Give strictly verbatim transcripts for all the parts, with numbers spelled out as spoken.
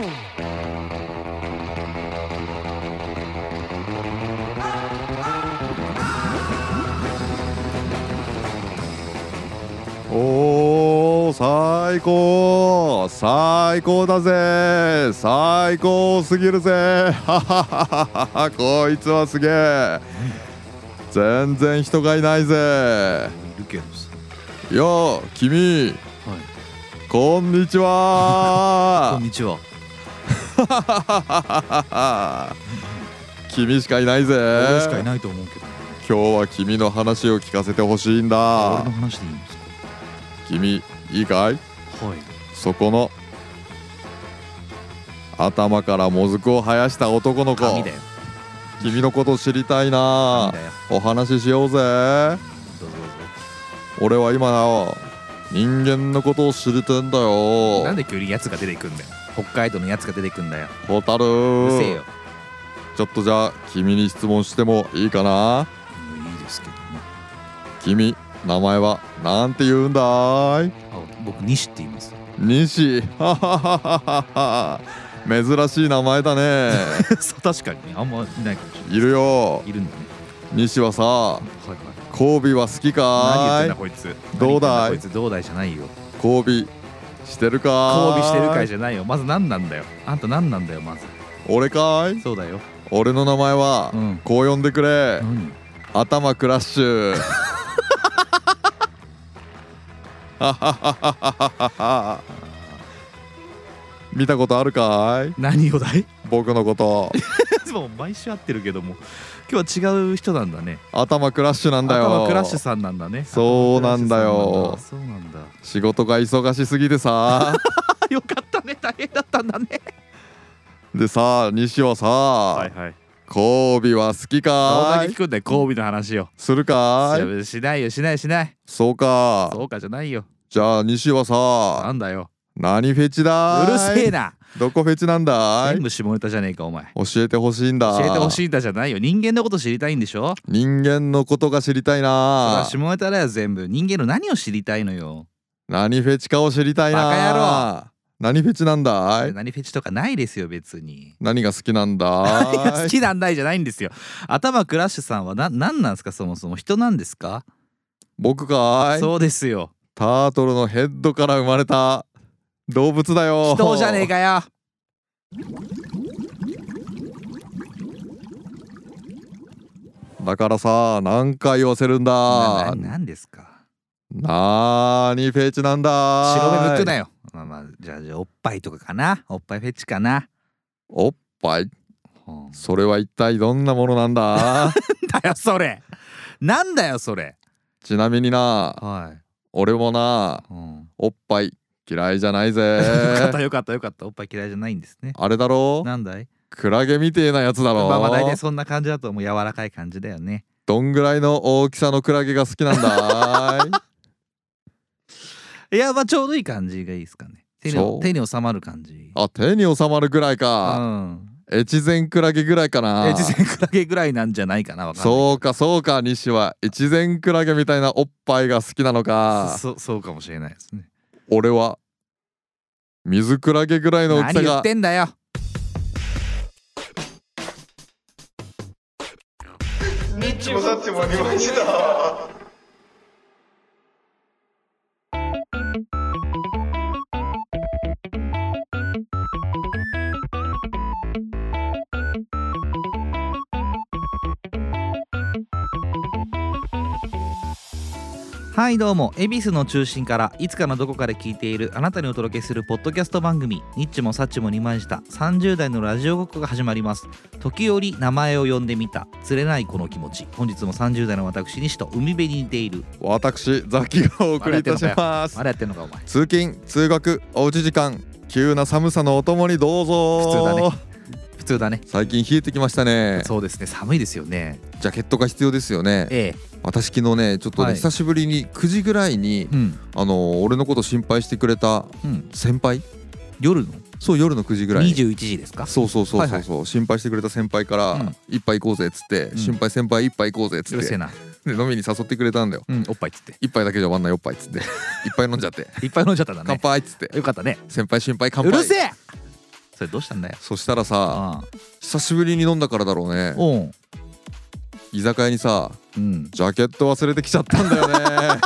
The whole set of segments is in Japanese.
おー、最高最高だぜ、最高すぎるぜははははは。こいつはすげえ。全然人がいないぜ。 いるけどさ。 よー君、 はい、 こんにちはこんにちは君しかいないぜ。 俺しかいないと思うけど。 今日は君の話を聞かせてほしいんだ。 俺の話でいいんですか？ 君いいかい？ はい。 そこの頭からもずくを生やした男の子、 神だよ。 君のこと知りたいな。 神だよ。 お話ししようぜ。 どうぞどうぞ。 俺は今な人間のことを知りてんだよ。 なんで急にやつが出てくんだよ。北海道のやつが出てくんだよ。 ホタル、 うるせえよ。 ちょっとじゃあ君に質問してもいいかな？ いいですけどね。 君名前はなんて言うんだい？ あ、僕西って言います。 西ははははは。珍しい名前だね。 そう確かにね、あんまいないかもしれない。 いるよ。 いるんだね。 西はさ、 はいはい。 交尾は好きかい？ 何言ってんだこいつ。 どうだい？ こいつどうだいじゃないよ。 交尾してるかい？ 交尾してるかいじゃないよ。まず何なんだよ。あんた何なんだよまず。 俺かい？ そうだよ。 俺の名前は、 うん、 こう呼んでくれ。 何？ 頭クラッシュ。はははははは。見たことあるかい？ 何をだい？ 僕のこと。 もう毎週会ってるけども、今日は違う人なんだね。 頭クラッシュなんだよ。 頭クラッシュさんなんだね。 そうなんだよ。 そうなんだ。 仕事が忙しすぎてさ。 よかったね、大変だったんだね。 でさ、西はさ、 はいはい。 交尾は好きどんだかい？ け聞くんだよ、交尾の話を。 するかい？ いやしないよ、しないしない。 そうか。 そうかじゃないよ。 じゃあ西はなさ、 んだよ。 何フェチだい？ うるせえな。 どこフェチなんだい？ 全部下ネタじゃねえかお前。 教えてほしいんだ。 教えてほしいんだじゃないよ。人間のこと知りたいんでしょ？ 人間のことが知りたいそれな。 は下ネタだよ全部。人間の何を知りたいのよ。 何フェチかを知りたいな。 バカ野郎。 何フェチなんだい？ 何フェチとかないですよ別に。 何が好きなんだ何がい？ 好きなんだいじゃないんですよ。頭クラッシュさんはな、何なんですか？そもそも人なんですか？ 僕かい？ そうですよ。 タートルのヘッドから生まれた動物だよ。 人じゃねえかよ。 だからさ、何回言わせるんだ。 な、な、なんですか？ なーにフェチなんだ。 白目向くなよ。まあまあ、じゃあじゃあおっぱいとかかな。おっぱいフェチかな。 おっぱい？ うん、 それは一体どんなものなんだ？ なんだよそれ。なんだよそれ。 ちなみにな、 はい。 俺もな、 うん、 おっぱい嫌いじゃないぜ。 よかったよかったよかった。おっぱい嫌いじゃないんですね。 あれだろ？ なんだい？ クラゲみてえなやつだろ。 まあまあ大体そんな感じだともう柔らかい感じだよね。 どんぐらいの大きさのクラゲが好きなんだいやまあちょうどいい感じがいいですかね。手に手に収まる感じ。 あ、手に収まるぐらいか。 うん。 越前クラゲぐらいかな。 越前クラゲぐらいなんじゃないかな。わかんない。 そうかそうか。西は越前クラゲみたいなおっぱいが好きなのか。 そ, そうかもしれないですね。 俺は水クラゲぐらいの大きさが。 何言ってんだよ。 ニッチもサッチもありました。 はいどうも、恵比寿の中心からいつかのどこかで聞いているあなたにお届けするポッドキャスト番組、ニッチもサッチもにまんしたさんじゅう代のラジオごっこが始まります。時折名前を呼んでみた釣れないこの気持ち。本日もさんじゅう代の私西と海辺に似ている私ザキがお送りいたします。 あれやってんのかお前。 通勤通学おうち時間、急な寒さのお供にどうぞ。 普通だね普通だね。 最近冷えてきましたね。 そうですね、寒いですよね。 ジャケットが必要ですよね。 ええ。 私昨日ねちょっとね、 はい、 久しぶりにくじぐらいに、 うん、 あのー、俺のこと心配してくれた先輩、うん、 夜のそう夜のくじぐらいにじゅういちじですか。 そうそうそうそう、はいはい、心配してくれた先輩から、うん、一杯行こうぜっつって、うん、心配先輩一杯行こうぜっつって、うるせえなで飲みに誘ってくれたんだよ、 うん、おっぱいっつって一杯だけじゃ終わんないおっぱいっつっていっぱい飲んじゃっていっぱい飲んじゃったんだね。 乾杯っつってよかったね。 先輩心配乾杯。 うるせえそれどうしたんだよ。 そしたらさ、 あ久しぶりに飲んだからだろうね、 おん居酒屋にさうんジャケット忘れてきちゃったんだよね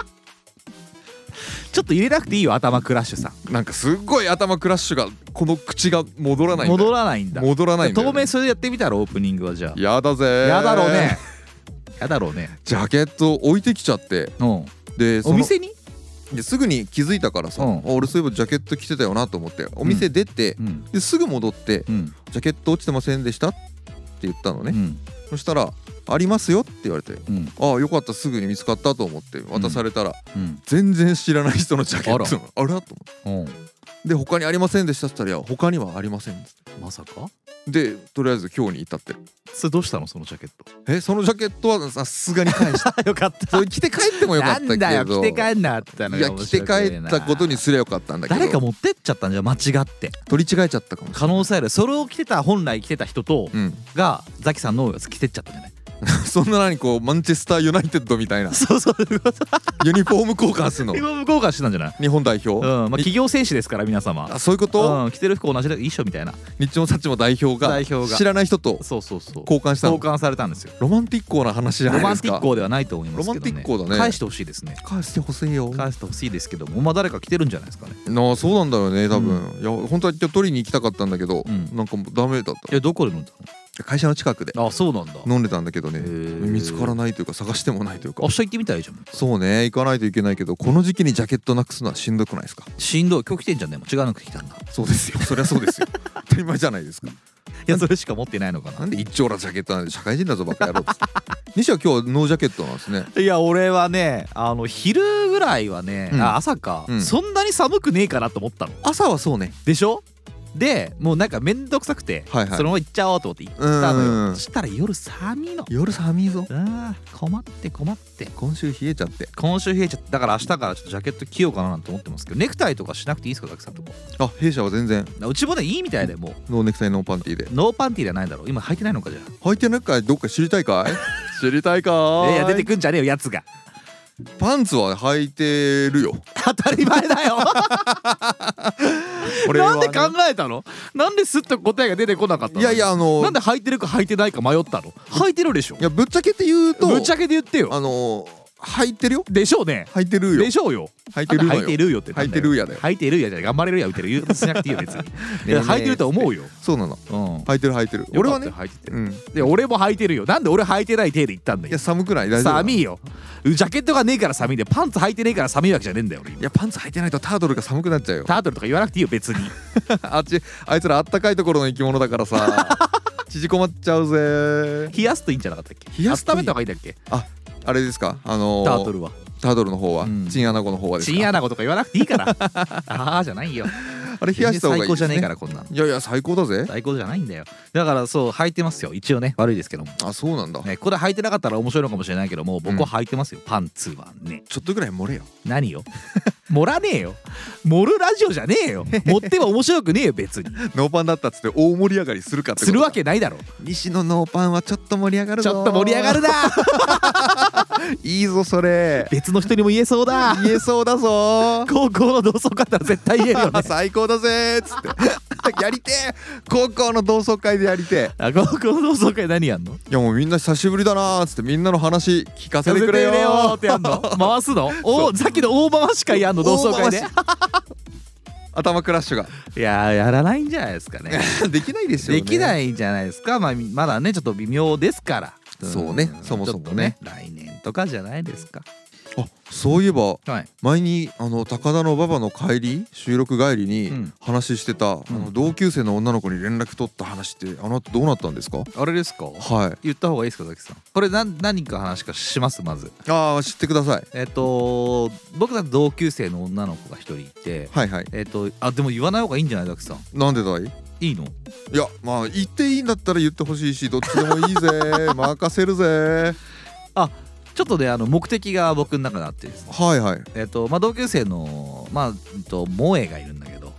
ちょっと入れなくていいよ頭クラッシュさん。 なんかすっごい頭クラッシュがこの口が戻らないんだよ。 戻らないんだ。 戻らないんだよ、ね、 当面それでやってみたらオープニングはじゃあ。 やだぜやだろうねやだろうね。 ジャケット置いてきちゃって、 うんでそのお店にですぐに気づいたからさ、 うんあ俺そういえばジャケット着てたよなと思ってお店出て、 うんですぐ戻ってうんジャケット落ちてませんでしたって言ったのね、 うんそしたらありますよって言われて、 うんああよかった、すぐに見つかったと思って渡されたら、 うん全然知らない人のジャケットなの。あらと思ってうんで他にありませんでしたって言ったら、いや他にはありませんっつってまさかでとりあえず今日に至ってる。 それどうしたのそのジャケット。 えそのジャケットはさすがに返したよかったそれ着て帰ってもよかったけど、 なんだよ着て帰んなってたのいや着て帰ったことにすりゃよかったんだけど、 誰か持ってっちゃったんじゃ間違って取り違えちゃったかもしれ可能性ある。それを着てた本来着てた人とない、 がザキさんのやつ着てっちゃったんじゃない。 うん、そんな何こうマンチェスターユナイテッドみたいなそうそうユニフォーム交換するの今向こうからしてたんじゃない。 日本代表、 うんまあに企業戦士ですから皆様。 あそういうこと、 うん着てる服同じで一緒みたいな。 日もさっちも代表が代表が知らない人とそうそうそう交換したの。 交換されたんですよ。 ロマンティックな話じゃなロマンいですか。 ティックではないと思いますけどね。 ロマンティックだね返してほしいですね。 返してほしいよ。 返してほしいですけども、まあ誰か来てるんじゃないですかね。 なあそうなんだよね多分、 ういや本当は今日取りに行きたかったんだけど、 うんなんかもうダメだっいやどこで飲んだた。会社の近くでの。あそうなんだ。 飲んでたんだけどね、 へー見つからないというか探してもないというか。 明日行ってみたらいいじゃん。 そうね行かないといけないけど、この時期にジャケットなくすのはしんどくないですか。 しんどい。今日来てんじゃんね。もう違うの着てきたんだ。 そうですよそりゃそうですよ当たり前じゃないですか。 いやそれしか持ってないのかなんで一丁羅ジャケットなんで社会人だぞバカ野郎っつって西は今日はノージャケットなんですね。 いや俺はねあの昼ぐらいはね、 うんあ朝か、 うんそんなに寒くねえかなと思ったの朝はそうね。 でしょ。でもうなんかめんどくさくて、 はいはいそのまま行っちゃおうと思って行ったのうんよ。そしたら夜寒いの。 夜寒いぞ。 あー困って困って今週冷えちゃって。 今週冷えちゃってだから明日からちょっとジャケット着ようかななんて思ってますけど、ネクタイとかしなくていいですかザキさんとこ。 あ弊社は全然うちもねいいみたいでもうノーネクタイノーパンティーで。 ノーパンティーじゃないだろう。今履いてないのかじゃあ。 履いてないかいどっか知りたいかい知りたいかーい。 いや出てくんじゃねえよやつが。 パンツは履いてるよ当たり前だよ俺はねなんで考えたの。なんですっと答えが出てこなかったの。 いやいやあのなんで履いてるか履いてないか迷ったの。履いてるでしょ。 いやぶっちゃけて言うとぶっちゃけで言ってよ。 あの履いてるよ。 でしょうね。 履いてるよでしょうよ。 履いてるのよ。 履いてるよってなんだよ。 履いてるやだよ。 履いてるやじゃ頑張れるや言ってる言うしなくていいよ別に。いや履いてると思うよ。 そうなの。 うん。 履いてる履いてる。俺はねよかったよ履いてて。 うんで俺も履いてるよ。なんで俺履いてない体で言ったんだよいや。寒くない大丈夫。 寒いよ。ジャケットがねえから寒いんで、パンツ履いてねえから寒いわけじゃねえんだよ俺今。 いやパンツ履いてないとタートルが寒くなっちゃうよ。 タートルとか言わなくていいよ別に。 あっちあいつらあったかいところの生き物だからさ縮こまっちゃうぜ。 冷やすといいんじゃなかったっけ。 冷やすといい温めた方がいいんだっけ。 あれですかあのー、 タートルは。 タートルの方は、 うんチンアナゴの方はですか。 チンアナゴとか言わなくていいからああじゃないよ。 あれ冷やした方がいいですね。 最高じゃねえからこんなん。 いやいや最高だぜ。 最高じゃないんだよ。だからそう履いてますよ一応ね。悪いですけどもあそうなんだ、 ね。これ履いてなかったら面白いのかもしれないけども、僕は履いてますよ、パンツはね。 ちょっとぐらい漏れよ。 何よ盛らねえよ。盛るラジオじゃねえよ。盛っても面白くねえよ別に。 ノーパンだったっつって大盛り上がりするかってことするわけないだろ。 西のノーパンはちょっと盛り上がるぞ。 ちょっと盛り上がるないいぞそれ。 別の人にも言えそうだ。 言えそうだぞ高校の同窓会だったら絶対言えるよね。 最高だぜーっつってやりてえ高校の同窓会でやりてえ。 あ高校の同窓会何やんの。 いやもうみんな久しぶりだなーっつってみんなの話聞かせてくれよさせてくれよってやんの。回すの。おさっきの大回し会やんの同窓会で。 頭クラッシュがいややらないんじゃないですかね。 できないですよね。 できないんじゃないですか。まあまだねちょっと微妙ですから。 そうねそもそもねちょっとね来年とかじゃないですか。 あそういえばはい。 前にあの高田の馬場の帰り収録帰りにうん話してた、あの同級生の女の子に連絡取った話ってあの後どうなったんですか。 あれですか。 はい言った方がいいですかザキさん。これ何何か話かしますまず。 ああ知ってください。 えっと僕だと同級生の女の子が一人いて。 はいはい。 えっとあでも言わない方がいいんじゃないザキさん。 なんでだい。 いいの。 いやまあ言っていいんだったら言ってほしいしどっちでもいいぜ任せるぜ。 ちょっとねあの目的が僕の中であってですね。 はいはい。 えっとまあ同級生のまあうんと萌えがいるんだけど、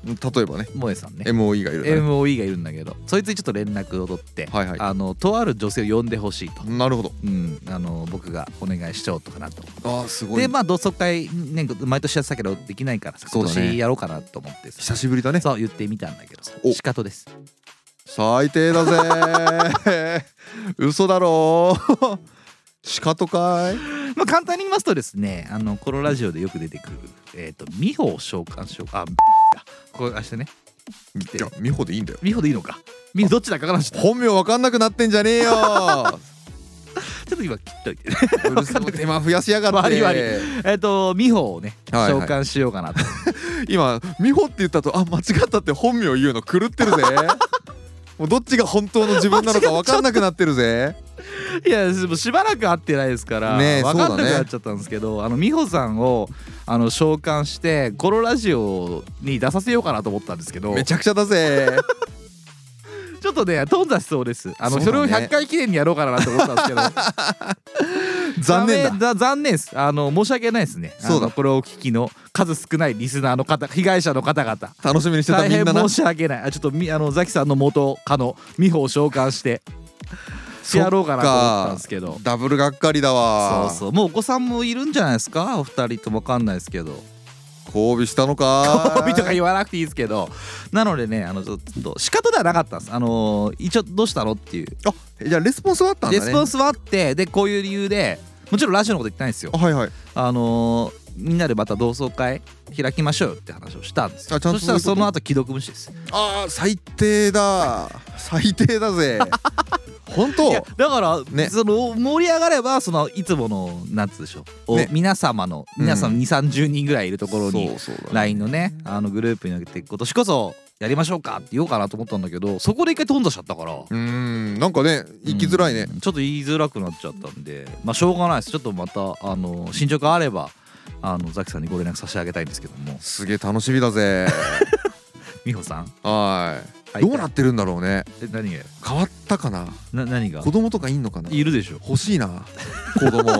例えばね萌えさんねエムオーイー がいる、ね、 エムオーイー がいるんだけど、そいつにちょっと連絡を取って、 はいはい、 あのとある女性を呼んでほしいと。 なるほど、 うん、あの僕がお願いしちゃおうとかなと。 あーすごい。 でまあ同窓会、ね、毎年やってたけどできないからさ、今そうだね年やろうかなと思ってさ、 久しぶりだね。 そう言ってみたんだけどさ、 お仕方です。 最低だぜ嘘だろ仕方かい。 まあ簡単に言いますとですね、あのこのラジオでよく出てくるえっ、ー、と美穂を召喚しようか。あこうしてね。 いや美穂でいいんだよ。 美穂でいいのか。美穂どっちだかわからんし。 本名わかんなくなってんじゃねえよちょっと今切っといてね。 うるさい手間増やしやがって。 割り割りえっと美穂をねはいはい召喚しようかなと。 今美穂って言ったと、あ間違ったって本名言うの狂ってるぜもうどっちが本当の自分なのか分かんなくなってるぜいやでもしばらく会ってないですからねえ分かんなくそうだねなっちゃったんですけど、あの美穂さんをあの召喚してこのラジオに出させようかなと思ったんですけど、 めちゃくちゃだぜちょっとね頓挫しそうです。あの そ,、 そうだねれをひゃっかい記念にやろうかなと思ったんですけど残念だ。 ダメだ残念です。あの申し訳ないですね。 そうだあのこれをお聞きの数少ないリスナーの方、被害者の方々、 楽しみにしてた大変みんなな。 申し訳ない。あちょっとみあのザキさんの元カノ美穂を召喚してやろうかなと思ったんですけど、 ダブルがっかりだわ。 そうそう、もうお子さんもいるんじゃないですか、お二人とも。分かんないですけど、 交尾したのか交尾とか言わなくていいですけど、なのでね、あのちょっと仕方ではなかったんです。あのー、一応どうしたのっていう、 あじゃあレスポンスはあったんだね。 レスポンスはあって、でこういう理由で、もちろんラジオのこと言ってないんですよ。 あはいはい。 あのー、みんなでまた同窓会開きましょうよって話をしたんですよ。 あちゃんとそしたらそういうことその後既読無視です。 あー最低だ最低だぜ本当。 いやだから、 ねその盛り上がれば、そのいつものなんつうでしょう、 ね皆様の皆さんにじゅう、さんじゅうにんぐらいいるところに、 そうそうだねライン のねあのグループに上げて今年こそやりましょうかって言おうかなと思ったんだけど、そこで一回頓挫しちゃったから、 うーんなんかね行きづらいね。 うんちょっと言いづらくなっちゃったんで、まあしょうがないです。ちょっとまたあの進捗あればあのザキさんにご連絡差し上げたいんですけども、 すげえ楽しみだぜ美穂さんはいはいどうなってるんだろうね。 え何がよ変わったかな。 な何が子供とかいんのかな。 いるでしょ。 欲しいな子供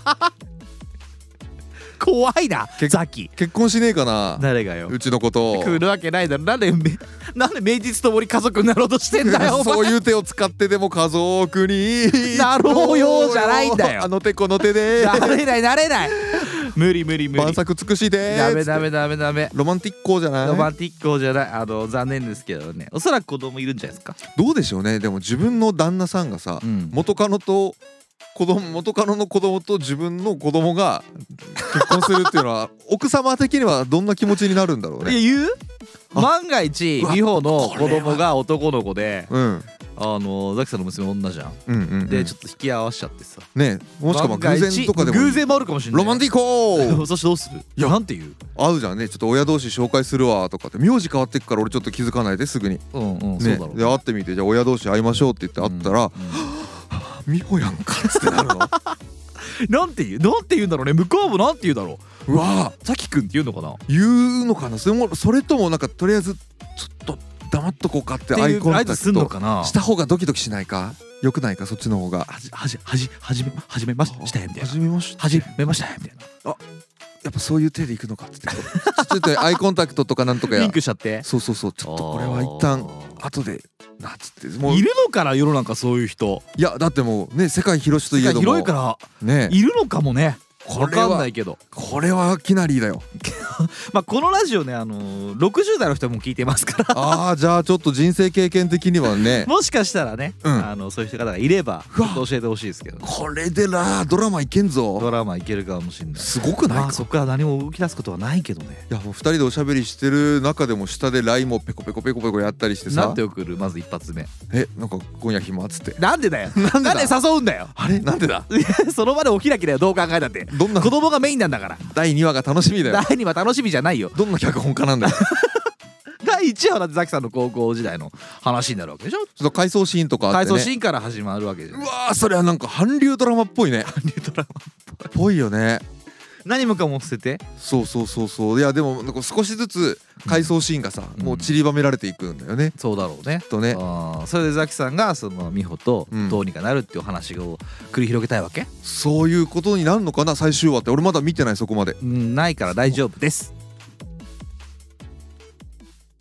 怖いなけザキ。 結婚しねえかな誰がよ。 うちの子と来るわけないだろ。なんでめなんで名実ともに家族になろうとしてんだよお前そういう手を使ってでも家族になろうよじゃないんだよあの手この手でなれないなれない無理無理無理晩作尽くしでダメダメダメダメ。 ロマンティックじゃない。 ロマンティックじゃない。あの残念ですけどね、おそらく子供いるんじゃないですか。 どうでしょうね。でも自分の旦那さんがさ、 うん元カノと子供元カノの子供と自分の子供が結婚するっていうのは奥様的にはどんな気持ちになるんだろうね。 いや言うあ万が一うわ美穂の子これは供が男の子で、 うんあのザキさんの娘女じゃん。 うんうん、うん、 でちょっと引き合わせちゃってさ、 ねもしくは偶然とかでもいい偶然もあるかもしれない。 ロマンティックそしてどうする。いやなんて言う。 合うじゃんね。ちょっと親同士紹介するわとかって名字変わってっから俺ちょっと気づかないですぐにうんうん、そうねだろうで会ってみてじゃあ親同士会いましょうって言って会ったらうん美穂やんかっつってなるのなんて言うなんて言うんだろうね。向こうもなんて言うだろう。 うわザキ君って言うのかなっ言うのかな。それもそれともなんかとりあえずちょっと黙っとこうかってていうアイコンタ合図すんのクトかな。 した方がドキドキしないか。よくないかそっちの方が。 はじはじはじはじめはじめましたみたいな。 はじめましてはじめましたみたいやっぱそういう手でいくのかっつってちょっとアイコンタクトとかなんとかな。 やリンクしちゃって。 そうそうそうちょっとこれは一旦後でなっつってもういるのかな世の中そういう人。 いやだってもうね世界広しとい世界えども広いからねいるのかもね。 これはわかんないけど、 これはキナリーだよまあこのラジオね、あのー、ろくじゅう代の人も聞いてますからあーじゃあちょっと人生経験的にはねもしかしたらね、 うんあのそういう方がいればうわちょっと教えてほしいですけどね。 これでなドラマいけんぞ。 ドラマいけるかもしれない。 すごくないか。 まあそこから何も動き出すことはないけどね。 いやもうふたりでおしゃべりしてる中でも下で ライン もペコペコペコペコやったりしてさなんて送るまず一発目。 えなんか今夜暇っつってなんでだよ。 なんでだなんで誘うんだよ。 あれなんでだいやその場でお開きだよ。どう考えたってどんな子供がメインなんだから。 だいにわが楽しみだよ。 だいには楽しみじゃないよ。 どんな脚本家なんだよだいいちわはだってザキさんの高校時代の話になるわけでしょ。 ちょっと回想シーンとかあ回ってね想シーンから始まるわけじゃ。 うんわーそれはなんか韓流ドラマっぽいね韓流ドラマぽいよね。 何もかも捨てて。 そうそうそうそういやでもなんか少しずつ回想シーンがさ、 うんもう散りばめられていくんだよね。 そうだろうね。 とねあーそれでザキさんがその美穂とどうにかなるっていう話を繰り広げたいわけ、 そういうことになるのかな最終話って。俺まだ見てないそこまで。 うん、ないから大丈夫です。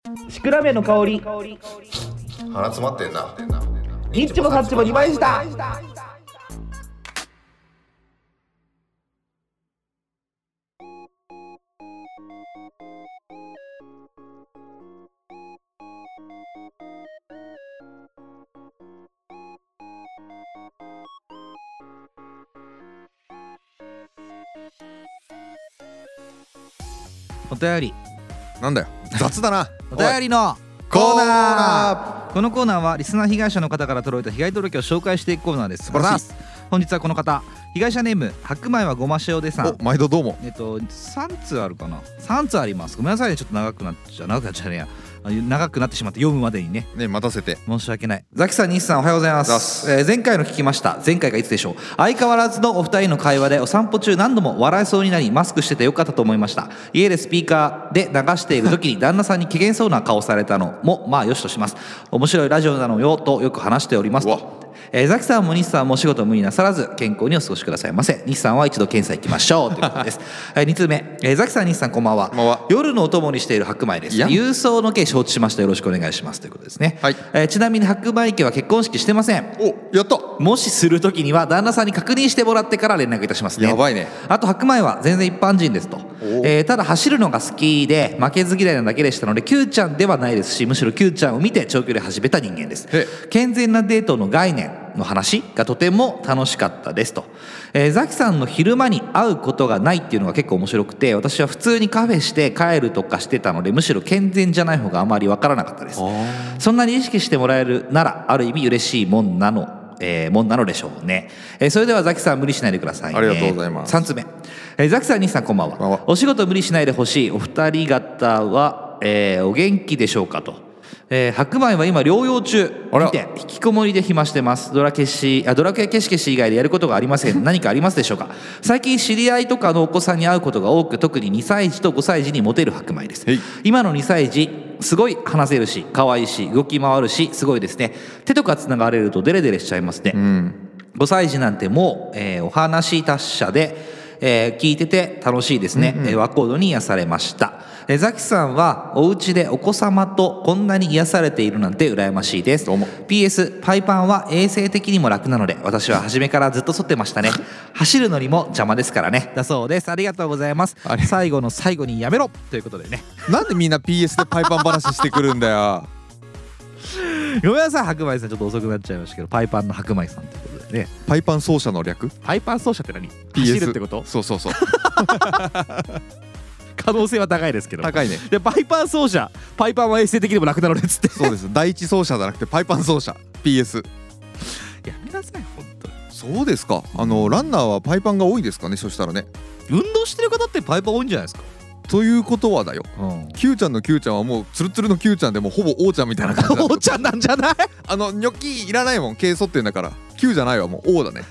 シクラメンの香り、 鼻詰まってんな。 ニッチもサッチもにまいした。お便りなんだよ雑だなお便りのコーナー。このコーナーはリスナー被害者の方から届いた被害届を紹介していくコーナーです。 素晴らしい。 本日はこの方、被害者ネーム白米はごま塩でさん。 お毎度どうも。 えっとさん通あるかな。さん通あります。ごめんなさいね、ちょっと長くなっちゃ長くなっちゃうねや長くなってしまって読むまでにねね待たせて申し訳ない。ザキさん、西さん、おはようございます。えー、前回の聞きました。前回がいつでしょう。相変わらずのお二人の会話でお散歩中何度も笑いそうになり、マスクしててよかったと思いました。家でスピーカーで流している時に旦那さんに機嫌そうな顔されたのもまあよしとします。面白いラジオなのよとよく話しておりますと。えー、ザキさんも西さんもお仕事無理なさらず健康にお過ごしくださいませ。西さんは一度検査行きましょうということです。はい、に通目、えー、ザキさん、西さん、こんばんは。 こんばんは。 夜のお供にしている白米です。郵送の件承知しました。よろしくお願いしますということですね。はい。えー、ちなみに白米家は結婚式してません。 お、やった。 もしするときには旦那さんに確認してもらってから連絡いたしますね。 やばいね。 あと白米は全然一般人ですと。えー、ただ走るのが好きで負けず嫌いなだけでしたので Q ちゃんではないですし、むしろ Q ちゃんを見て長距離始めた人間です。健全なデートの概念の話がとても楽しかったですと。えー、ザキさんの昼間に会うことがないっていうのが結構面白くて、私は普通にカフェして帰るとかしてたので、むしろ健全じゃない方があまり分からなかったです。そんなに意識してもらえるならある意味嬉しいもんなのえー、もんなのでしょうね。えー、それではザキさん無理しないでくださいね。 ありがとうございます。 さんつめ、えー、ザキさん、西さん、こんばんは。お仕事無理しないでほしい。お二人方は、えー、お元気でしょうかと。えー、白米は今療養中見て引きこもりで暇してます。ドラ消しあドラクエ消し消し以外でやることがありません。何かありますでしょうか。最近知り合いとかのお子さんに会うことが多く、特ににさい児とごさい児にモテる白米です。今のにさい児すごい話せるし可愛いし動き回るしすごいですね。手とかつながれるとデレデレしちゃいますね。うん、ごさい児なんてもう、えー、お話達者で、えー、聞いてて楽しいですね。うんうん、えー、ワコードに癒されました。えー、ザキさんはお家でお子様とこんなに癒されているなんて羨ましいです。 ピーエス パイパンは衛生的にも楽なので私は初めからずっと剃ってましたね。走るのにも邪魔ですからね。だそうです。ありがとうございます。最後の最後にやめろということでね。 なんでみんな ピーエス でパイパン話してくるんだよ。 ごめんなさい、白米さん、ちょっと遅くなっちゃいましたけど、パイパンの白米さんということでね。 パイパン奏者の略。 パイパン奏者って何？ ピーエス走るってこと？ そうそうそう可能性は高いですけど。 高いね。 でパイパン奏者、パイパンは衛生的でも楽なのでっつって。 そうです。第一奏者じゃなくてパイパン奏者 ピーエス。 やめなさい本当に。 そうですか。あのランナーはパイパンが多いですかね。そしたらね、 運動してる方ってパイパン多いんじゃないですか。 ということはだよ、うん、Q ちゃんの Q ちゃんはもうツルツルの Q ちゃんでもうほぼ王ちゃんみたいな感じだ。 王ちゃんなんじゃない？ あのニョッキいらないもん。毛剃ってんだから Q じゃないわ、もう王だね。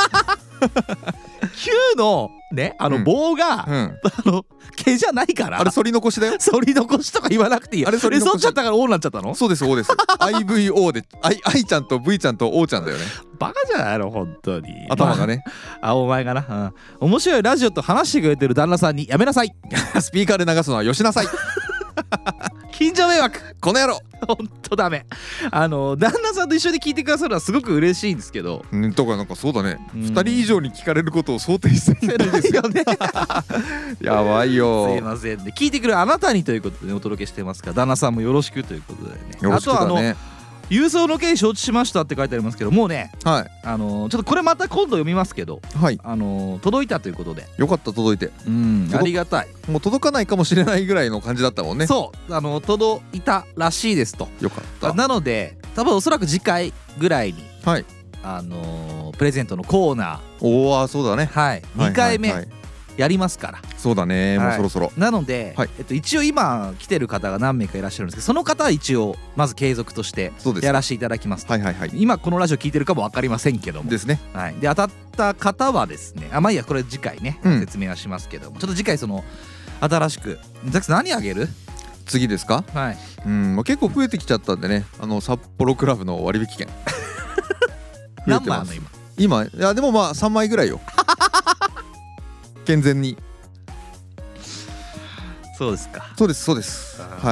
Q のね、あの棒が、うんうん、あの毛じゃないから。 あれ反り残しだよ。 反り残しとか言わなくていい。あれ反り残し。反っちゃったから王になっちゃったの？そうです、王です。アイブイオー で I, I ちゃんと V ちゃんと O ちゃんだよね。 バカじゃないの本当に。 頭がね。 あ、お前がな、うん、面白いラジオと話してくれてる旦那さんにやめなさい。 スピーカーで流すのはよしなさい。 近所迷惑この野郎。 ほんとダメ。あの旦那さんと一緒に聞いてくださるのはすごく嬉しいんですけど、 うん、とかなんかそうだね、うん、ふたり以上に聞かれることを想定していないですよね。やばいよ。 すいませんね。聞いてくれるあなたにということで、ね、お届けしてますから、旦那さんもよろしくということでね。 よろしくだね。あとはあの郵送の件承知しましたって書いてありますけど、もうね、 はい、 あのー、ちょっとこれまた今度読みますけど、 はい、 あのー、届いたということで。 よかった、届いて。 うん、ありがたい。 もう届かないかもしれないぐらいの感じだったもんね。 そう、あのー、届いたらしいですと。 よかった。 なので多分おそらく次回ぐらいに、 はい、 あのー、プレゼントのコーナー、 おお、そうだね、 はい、にかいめやりますから。 そうだね、もうそろそろ。 なので、はい、えっと、一応今来てる方が何名かいらっしゃるんですけど、その方は一応まず継続としてやらせていただきます。 はいはいはい。 今このラジオ聞いてるかも分かりませんけどもですね。 はい。で当たった方はですね、あ、まあいいや、これ次回ね、うん、説明はしますけども、ちょっと次回その新しくザキさん何あげる？ 次ですか？ はい。 うん、まあ、結構増えてきちゃったんでね、あの札幌クラブの割引券。 何枚あんの今？ 今、いやでもまあさんまいぐらいよ。健全に。 そうですか。 そうですそうです。はい。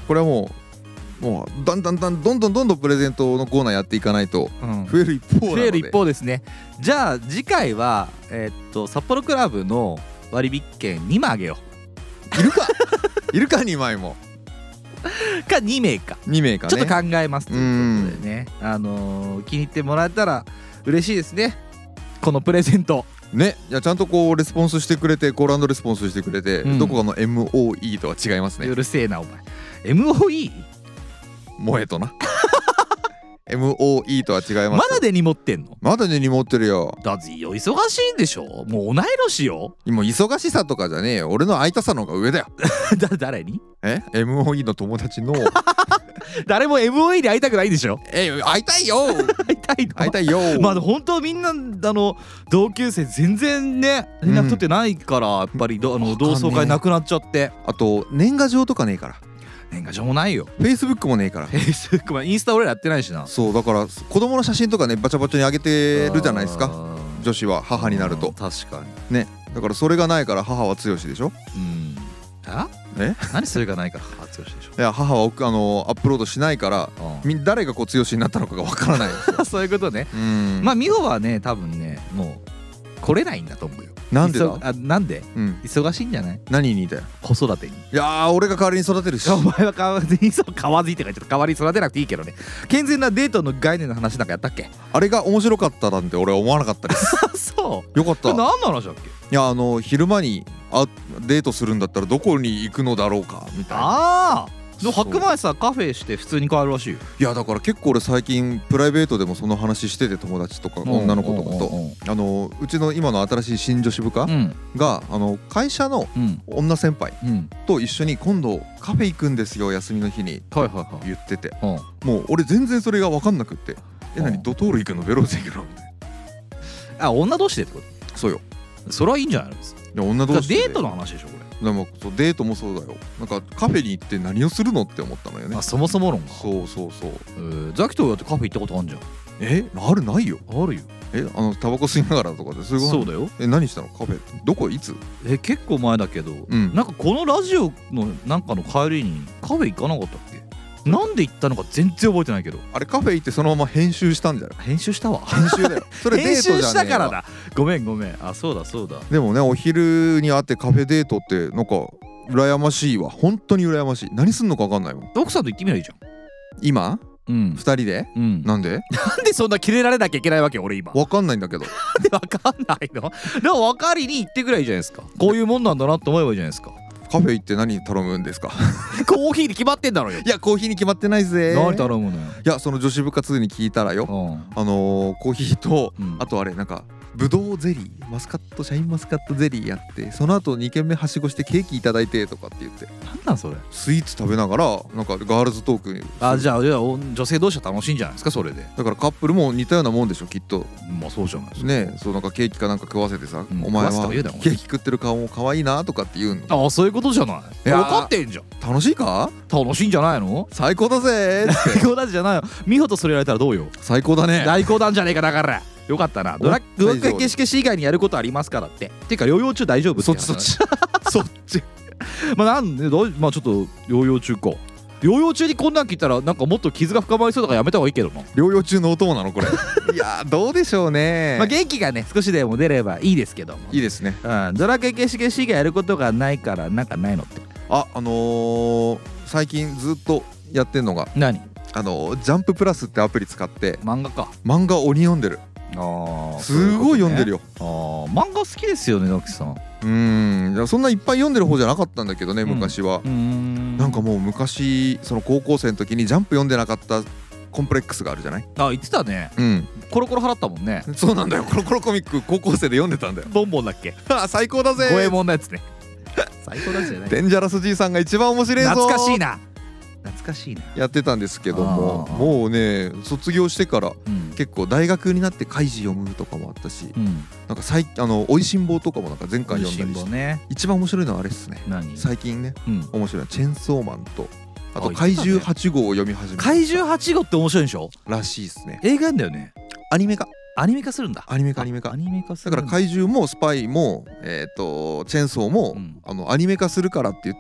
これはもうもうだんだんだんどんどんどんどんプレゼントのコーナーやっていかないと増える一方なので、 増える一方ですね。じゃあ次回はえーっと札幌クラブの割引券にまいあげよいるかいるかにまいもうかにめいかにめいかね、 ちょっと考えますということでね、あのー、気に入ってもらえたら嬉しいですね、このプレゼントね。いやちゃんとこうレスポンスしてくれて、コール&レスポンスしてくれて、 うんどこかの エムオーイー とは違いますね。 うるせえなお前。 エムオーイー？ 萌えとなエムオーイー とは違います。 まだ根に持ってんの？ まだ根に持ってるよ。 だって忙しいんでしょ、もう同い年よ今忙しさとかじゃねえよ、俺の会いたさの方が上だよだ誰に？ え エムオーイー の友達の誰も エムオーイー に会いたくないんでしょ？ え会いたいよ会いたいの？ 会いたいよまあ本当みんなあの同級生全然ね連絡取ってないから、やっぱりどあの同窓会なくなっちゃって。 あと年賀状とかねえから、 年賀状もないよ。 Facebook もねえから。 Facebook もインスタ俺らやってないしな。 そうだから子供の写真とかねバチャバチャに上げてるじゃないですか、 あー女子は母になると確かにね。だからそれがないから母は強しでしょ。 うんあえ何それがないから初吉でしょいや母はあのアップロードしないからうみ誰がこう強しになったのかがわからないんですよんそういうことね。 うんまあ美穂はね多分ねもう来れないんだと思うよ。 なんでだいそあなんでうん忙しいんじゃない？ 何にだよ。 子育てに。 いやー俺が代わりに育てるしお前は代わりにそう買わずいって書いてある。代わりに育てなくていいけどね。健全なデートの概念の話なんかやったっけ？ あれが面白かったなんて俺は思わなかったですそうよかったいこれ何の話だっけ？ やあの昼間にあデートするんだったらどこに行くのだろうかみたいな。 ああでもそう白米さカフェして普通に帰るらしいよ。 いやだから結構俺最近プライベートでもその話してて、友達とか女の子とかとうんうんうんあのうちの今の新しい新女子部下うんがあの会社のうん女先輩うんと一緒に今度カフェ行くんですよ休みの日にはいはいはい。 言ってて、 うんもう俺全然それが分かんなくってえうん何ドトール行くのベローズ行くのみたいあ女同士でってこな。そうよ。 と？それはいいんじゃないの？ いや女同士でデートの話でしょこれ。 でもそうデートもそうだよ。なんかカフェに行って何をするのって思ったのよねあ。そもそも論が。 そうそうそう。 えーザキとだってカフェ行ったことあるじゃん。 えあるないよ。 あるよ。 えあのタバコ吸いながらとかでそういうこと。 そうだよ。 え何したのカフェどこいつ。 え結構前だけど、 うんなんかこのラジオのなんかの帰りにカフェ行かなかったっけ？なんで行ったのか全然覚えてないけど。 あれカフェ行ってそのまま編集したんじゃない。 編集したわ。 編集だよそれデー編トじゃねえわ集したからだ。ごめんごめん。あそうだそうだ。 でもねお昼に会ってカフェデートってなんか羨ましいわ。本当に羨ましい。何すんのか分かんないもん奥さんと行ってみればいいじゃん。 今うんふたりで。 うん。 なんでなんでそんなキレられなきゃいけないわけ俺今。 分かんないんだけど。 なんでわかんないの？でも分かりに行ってくらいいいじゃないですか。こういうもんなんだなって思えばいいじゃないですか。 カフェ行って何頼むんですかコーヒーに決まってんだろうよ。 いやコーヒーに決まってないぜ。 何頼むのよ。 いやその女子部活に聞いたらよ、 うん。 あのー、コーヒーと、 うんあとあれなんかブドウゼリーマスカットシャインマスカットゼリーやってその後に軒目はしごしてケーキいただいてとかって言ってなんなんそれ。 スイーツ食べながらなんかガールズトークにあじゃあじゃあお女性同士は楽しいんじゃないですかそれで。 だからカップルも似たようなもんでしょきっとまあそうじゃないですか。 ね。そうなんかケーキかなんか食わせてさ、 うんお前食わせた方はがいいだろケーキ食ってる顔も可愛いなとかって言うの。 あそういうことじゃない。 いやー分かってんじゃん。 楽しいか楽しいんじゃないの？ 最高だぜーって最高だじゃないよ。美穂とそれやられたらどうよ。 最高だね。 大高なんじゃねえかだから。よかったな。ドラドラッグ大丈夫消し消し以外にやることありますからって。てか療養中大丈夫そっちそっちそっちまあなんでどうまあちょっと療養中か。療養中にこんなん聞いたらなんかもっと傷が深まりそうだからやめた方がいいけどな。 療養中のお供なのこれいやーどうでしょうね。 まあ元気がね少しでも出ればいいですけども。 いいですね。 うん、ドラクエ消し消し以外やることがないからなんかないのって。 ああのー、最近ずっとやってんのが何？ あのー、ジャンププラスってアプリ使って漫画か。 漫画鬼読んでる。 あすごい読んでるよ。 あー漫画好きですよね野木さん。 うーんいやそんないっぱい読んでる方じゃなかったんだけどね昔は、 うーんなんかもう昔その高校生の時にジャンプ読んでなかったコンプレックスがあるじゃない。 あ言ってたね。 うんコロコロ払ったもんね。 そうなんだよ。コロコロコミック高校生で読んでたんだよ。 ボンボンだっけ？ あ最高だぜ。 五右衛門のやつね。最高だじゃない。 デンジャラスじいさんが一番面白いぞ。 懐かしいな。懐かしいな。 やってたんですけどもあーもうね卒業してからうん結構大学になって開示読むとかもあったし、 うん。 なんか最あのおいしん坊とかもなんか前回読んだりして、 ね。 一番面白いのはあれっすね。 何？ 最近ねうん。 面白いのはチェンソーマンとあとあ怪獣言ってたねはち号を読み始めた怪獣はち号って面白いんでしょ？ らしいっすね。 映画なんだよね。 アニメ化アニメ化するんだ。 アニメ化アニメ化アニメ化すだからるんだ。 怪獣もスパイもえっとチェンソーもうんあのアニメ化するからって言って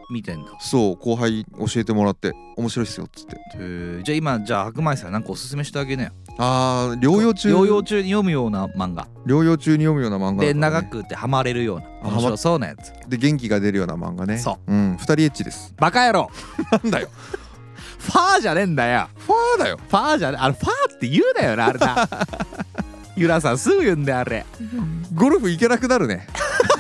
見てんだ。 そう後輩教えてもらって面白いっすよっつって。 へーじゃあ今じゃあ白米さんなんかおすすめしてあげなよ。 あー療養中療養中に読むような漫画療養中に読むような漫画だでからね、 長くてハマれるようなあ面白そうなやつ。 で元気が出るような漫画ね。、 そううん、ふたりエッチです。 バカ野郎なんだよファーじゃねえんだよ。 ファーだよ。 ファーじゃねあれファーって言うなよなあれなゆらさんすぐ言うんだよあれ。 ゴルフ行けなくなるね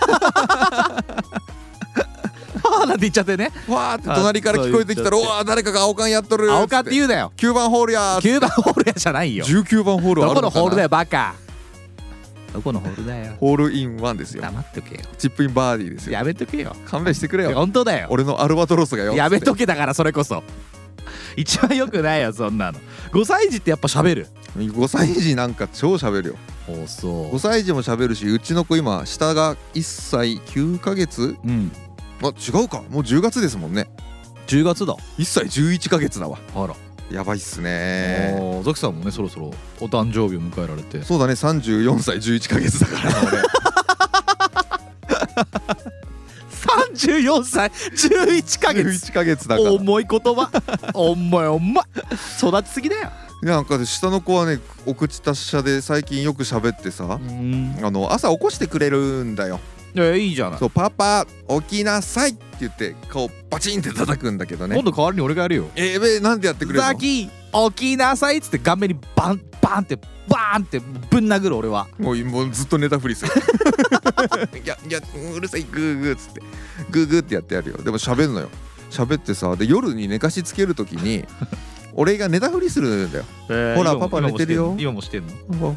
ファーなんて言っちゃってね。 ファーって隣から聞こえてきたら、 あそうおわ誰かが青缶やっとる。 青かって言うなよ。 きゅうばんホールやー。 きゅうばんホールやじゃないよ。 じゅうきゅうばんホールあどこるのかな。 のホールだよバカ。どこのホールだよ。 ホールインワンですよ。 黙っとけよ。 チップインバーディーですよ。 やめとけよ。 勘弁してくれよ。 本当だよ。 俺のアルバトロスがよ。 やめとけだからそれこそ。一番良くないよそんなの。ごさい児ってやっぱ喋る。 ごさい児なんか超喋るよ。 おそごさい児も喋るし、うちの子今下がいっさいきゅうかげつ。 う。うん。 あ違うか、もうじゅうがつですもんね。 じゅうがつだ。 いっさいじゅういっかげつだわ。 あら。 やばいっすね。 おーザキさんもねそろそろお誕生日を迎えられて。 そうだね、さんじゅうよんさいじゅういっかげつだからな俺。 さんじゅうよんさいじゅういっかげつ。 じゅういっかげつだから。 重い言葉。重い重い。育ちすぎだよ。 なんか下の子はねお口達者で最近よく喋ってさ、 うん。 あの朝起こしてくれるんだよ。 いやいいじゃない。 そうパパ起きなさいって言って顔バチンって叩くんだけどね。 今度代わりに俺がやるよ。 えー、べなんでやってくれるの。 ザキ起きなさいっつって顔面にバンバンってバーンってぶん殴る俺は。 もうもうずっと寝たふりする。いやいやうるさいグーグーっつってグーグーってやってやるよ。でも喋るのよ。喋ってさ、で夜に寝かしつけるときに俺が寝たふりするんだよ。 えーほら今もパパ寝てるよ今もしてんの。今もしてんの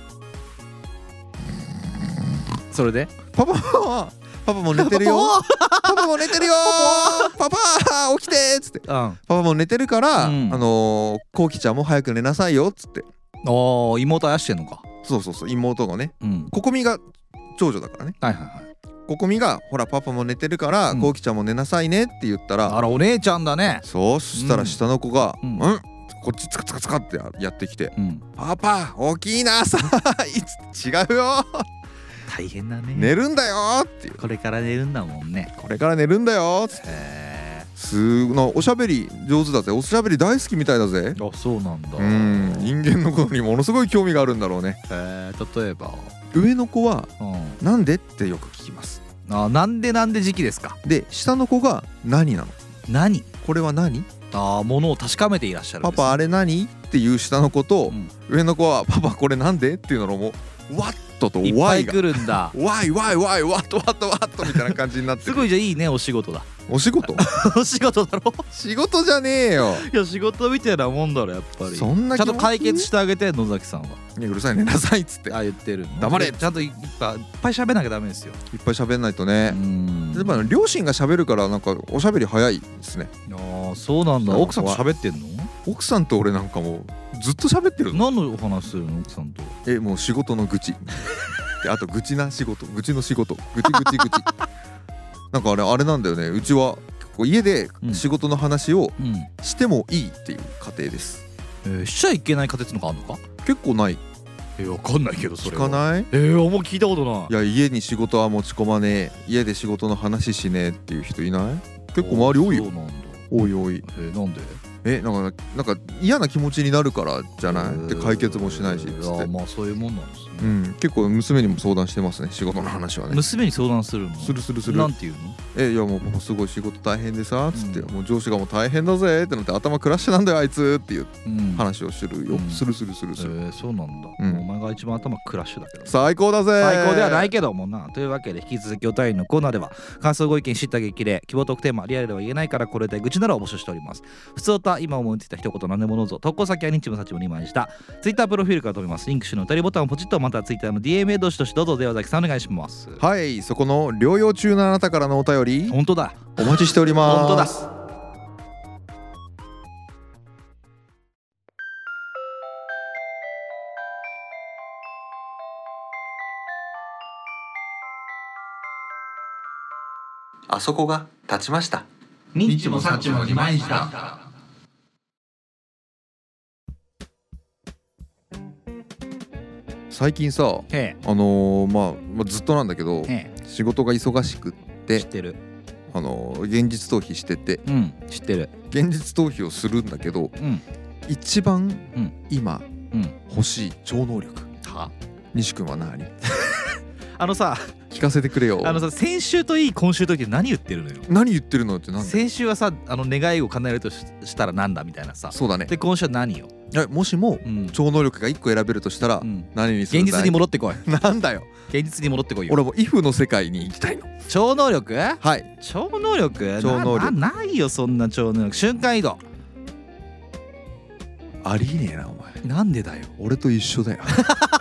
それでパパはパパも寝てるよ。パパも寝てるよ。パパ起きてっつって。 うん。 パパも寝てるから、 うんあのー、こうきちゃんも早く寝なさいよっつって。 おー妹あやしてんのか。 そうそうそう、妹がね、 うん。 ここみが長女だからね。 はいはいはい。 ここみがほらパパも寝てるから、 うんこうきちゃんも寝なさいねって言ったら、 あらお姉ちゃんだね。 そうそしたら下の子が、 ううんん、こっちつかつかつかってややってきて、 うん。 パパ起きなさいっつって違うよ大変だね。 寝るんだよっていう、 これから寝るんだもんね。 これから寝るんだよっつって、 へすのおしゃべり上手だぜ。おしゃべり大好きみたいだぜ。 ーあそうなんだ。 うん人間のことにものすごい興味があるんだろうね。 へー例えば。 上の子はうん。 なんでってよく聞きます。 あなんでなんで時期ですか。 で下の子が何なの、 何。 これは何、 あものを確かめていらっしゃるんですね。 パパあれ何っていう下の子と、 うん上の子はパパこれなんでっていうのもワットといっぱ Y いが来るんだ。 ワイワイワイワットワットワットみたいな感じになってる。 すごいじゃあいいねお仕事だ。 お仕事お仕事だろ。 仕事じゃねえよ。 いや仕事みたいなもんだろやっぱり。 そんなちゃんと解決ししてあげて野崎さんは。 いやうるさい寝なさいっつっていっあ言ってるの。 黙れちゃんといっぱいいっぱい喋んなきゃダメですよ。 ぱい喋んないとねう。ん。 でも両親が喋るからなんかおしゃべり早いですね。 ああそうなんだ。 そう奥さんと喋ってんの？ 奥さんと俺なんかもうずっと喋ってるの。 何のお話するの奥さんと。 えもう仕事の愚痴であと愚痴な仕事愚痴の仕事愚痴愚痴愚痴なんかあれあれなんだよね。うちは結構家で仕事の話をうん。 してもいいっていう家庭です。 えー、しちゃいけない仮説のがあるのか。 結構ない。 えー、わかんないけどそ聞れは。 かない。 えー、あんま聞いたことない。 いや家に仕事は持ち込まねえ、家で仕事の話しねえっていう人いない？結構周り多いよ。 そうなんだ。 多い多い。 えー、なんで？ えなんかなんか嫌な気持ちになるからじゃないで解決もしないしっつえーあって、 ーまあそういうもんなんですね。 うん結構娘にも相談してますね仕事の話はね。 娘に相談するの？ するするする。 なんて言うの？ えいやもうパパすごい仕事大変でさつって、 うんもう上司がもう大変だぜってなって頭クラッシュなんだよあいつっていううん。 話をするよ、 うんするするするする、 えー、そうなんだ、 うんお前が一番頭クラッシュだけどね。 最高だぜ。 最高ではないけどもな。というわけで引き続きお便りのコーナーでは感想ご意見知った激励希望トークテーマリアルでは言えないからこれで愚痴ならを募集しております。普通歌今思いついた一言何でもどうぞ。投稿先はニッチもサチもにまいしたツイッタープロフィールから飛びます。リンク集の歌りボタンをポチッとまたツイッターの ディーエム へどしどしどうぞ。ではザキさんお願いします。 はいそこの療養中のあなたからのお便り本当だお待ちしております。 本当だ。 あそこが立ちました。 ニッチもサッチもにまいした最近さへあのーまあ、まあずっとなんだけどえへ仕事が忙しくっえ知てってる。 ああの現実逃避してて、 うん、知ってる。 現実逃避をするんだけど、 うん、 一番ん今うん欲しい超能力、 は西君は何？ あのさ聞かせてくれよ。 あのさ先週といい今週といいって何言ってるのよ。 何言ってるのってなんだ。 先週はさあの願いを叶えると し, したらなんだみたいなさ。 そうだね。 で今週は何よ。 えもしもうん超能力がいっこ選べるとしたら、 うん、 何にするんだい？ 現実に戻ってこい。 なんだよ。 現実に戻ってこいよ。 俺もイフの世界に行きたいの。 超能力？ はい超能力？ 超能力ななないよそんな超能力。瞬間移動。 ありえねえなお前。 なんでだよ。 俺と一緒だよ。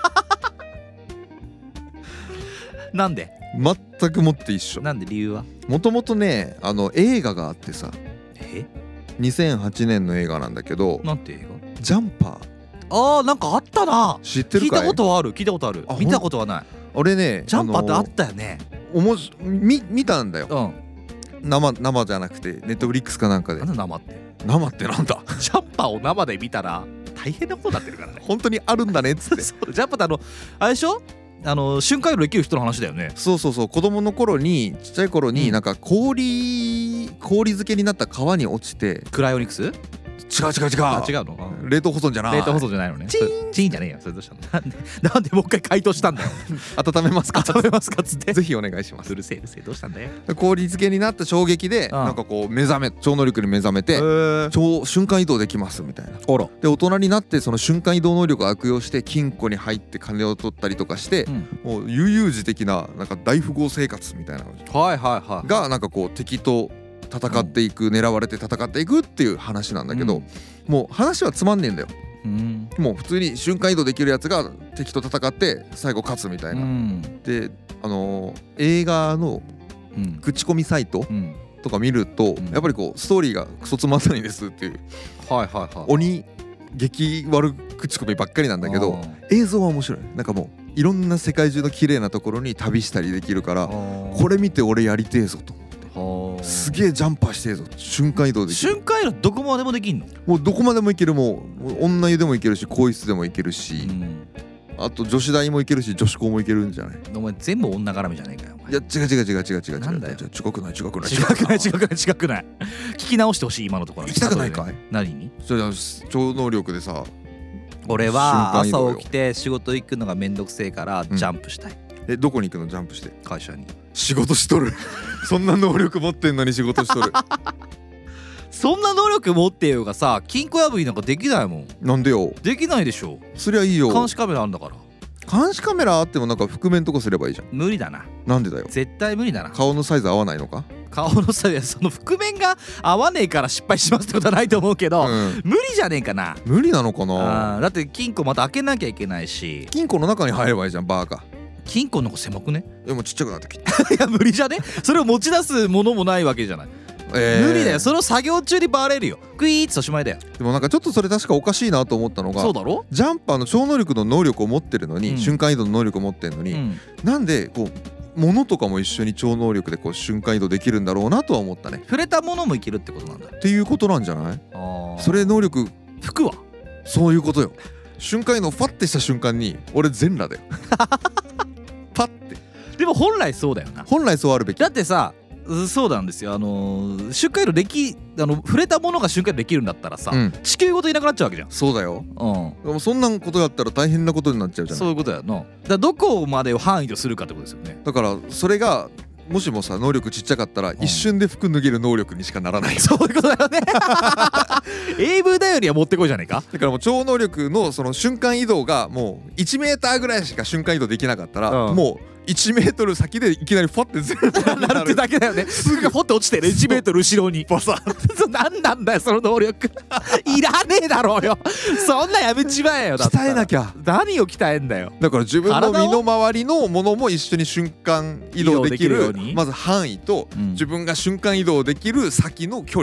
なんで？ 全くもって一緒。 なんで理由は？ もともとねあの映画があってさ、 え？ にせんはちねんの映画なんだけど、 なんて映画？ ジャンパあーなんかあったな。 ー知ってるかい？ 聞いたことはある聞いたことあるあ見たことはない。 俺ねジャンパーってああのったよね。 おもしみ見たんだよ。 うん。 生生じゃなくてネットフリックスかなんかで。 なんだ生って。 生ってなんだ。 ジャンパーを生で見たら大変なことになってるからね。 本当にあるんだねっつって。 そうジャンパーってあのあれでしょ？あの瞬間移動できる人の話だよね。 そうそうそう、子供の頃にちっちゃい頃にうんなんか氷氷漬けになった川に落ちて、 クライオニクス？ 違う違う違う、 あ違うの？ 冷凍保存じゃない。 冷凍保存じゃないのね。 チーンそれチーンじゃねえよ。それどうしたの？なんでなんでもう一回解凍したんだよ。 温めますか？ 温めますかっつって。 ぜひお願いしますう。るせえうるせえどうしたんだよ。 氷漬けになった衝撃でうんなんかこう目覚め超能力に目覚めてー超瞬間移動できますみたいな。 あら。 で大人になってその瞬間移動能力を悪用して金庫に入って金を取ったりとかして、 うんもう悠々自適ななんか大富豪生活みたいなのはいはいはい。 がなんかこう敵と戦っていく、狙われて戦っていくっていう話なんだけど、 うんもう話はつまんねえんだよ。 うん。 もう普通に瞬間移動できるやつが敵と戦って最後勝つみたいうな。 ん。 であのー映画のうん。 口コミサイトうん。 とか見ると、 うんやっぱりこうストーリーがクソつまんないですっていうはいはいはい。 鬼激悪口コミばっかりなんだけど、映像は面白い。なんかもういろんな世界中の綺麗なところに旅したりできるから、ここれ見て俺やりてえぞと。 れすげえジャンパーしてえぞ。瞬間移動できる。 瞬間移動どこまでもできんの？ もうどこまでも行ける。もうもう女湯でも行けるし、更衣室でも行けるし、 ん。 あと女子大も行けるし、女子校も行けるんじゃない？ お前全部女絡みじゃねえかよ。お前いや違う違う違う違う違う違う。 なんだよ違くない違くない違くない違くない違くない。聞き直してほしい今のところ。 行きたくないかい？ 後でね何に？ じゃあ超能力でさ、 俺は瞬間移動よ朝起きて仕事行くのがめんどくせえからジャンプしたい。 えどこに行くの？ジャンプして。 会社に。 仕事しとる。そんな能力持ってんのに仕事しとる。 そんな能力持ってようがさ金庫破りなんかできないもん。 なんでよ。 できないでしょ。 すりゃいいよ。 監視カメラあんだから。 監視カメラあってもなんか覆面とかすればいいじゃん。 無理だな。 なんでだよ。 絶対無理だな。 顔のサイズ合わないのか？ 顔のさその覆面が合わねえから失敗しますってことはないと思うけど、 うん無理じゃねえかな。 無理なのかな。 あーだって金庫また開けなきゃいけないし、 金庫の中に入ればいいじゃんバーカ。 金庫の方が狭くね？ でもちっちゃくなってきた。 いや無理じゃね？それを持ち出すものもないわけじゃない。 えー無理だよ。それを作業中にバレるよ。クイーッとおしまいだよ。 でもなんかちょっとそれ確かおかしいなと思ったのが、 そうだろ？ ジャンパーの超能力の能力を持ってるのに、 うん瞬間移動の能力を持ってるのに、 うん。 なんでこう物とかも一緒に超能力でこう瞬間移動できるんだろうなとは思ったね。 触れたものもいけるってことなんだ。 っていうことなんじゃない？ あーそれ能力、 服は？ そういうことよ。瞬間移動ファッてした瞬間に俺全裸だよ。パッて。 でも本来そうだよな。 本来そうあるべき。 だってさうそうなんですよ。あのー瞬間移動できあの触れたものが瞬間移動できるんだったらさ、 うん地球ごといなくなっちゃうわけじゃん。 そうだよ。 うん。 でもそんなことやったら大変なことになっちゃうじゃない。 そういうことやな。だからどこまでを範囲とするかってことですよね。 だからそれがもしもさ能力ちっちゃかったらん一瞬で服脱げる能力にしかならないよ。 そういうことだよね。エーブイ だよりは持ってこいじゃねえか。 だからもう超能力のその瞬間移動がもういちメーターぐらいしか瞬間移動できなかったら、 うんもういちメートル先でいきなりファって全部なるってだけだよね。すぐポッて落ちてるいちメートル後ろに。 バサッ。 何なんだよその能力。いらねえだろうよ。そんなやめちまえよ。だったら鍛えなきゃ。 何を鍛えんだよ。 だから自分の身の回りのものも一緒に瞬間移動できる移動できるようにまず範囲と、 うん自分が瞬間移動できる先の距離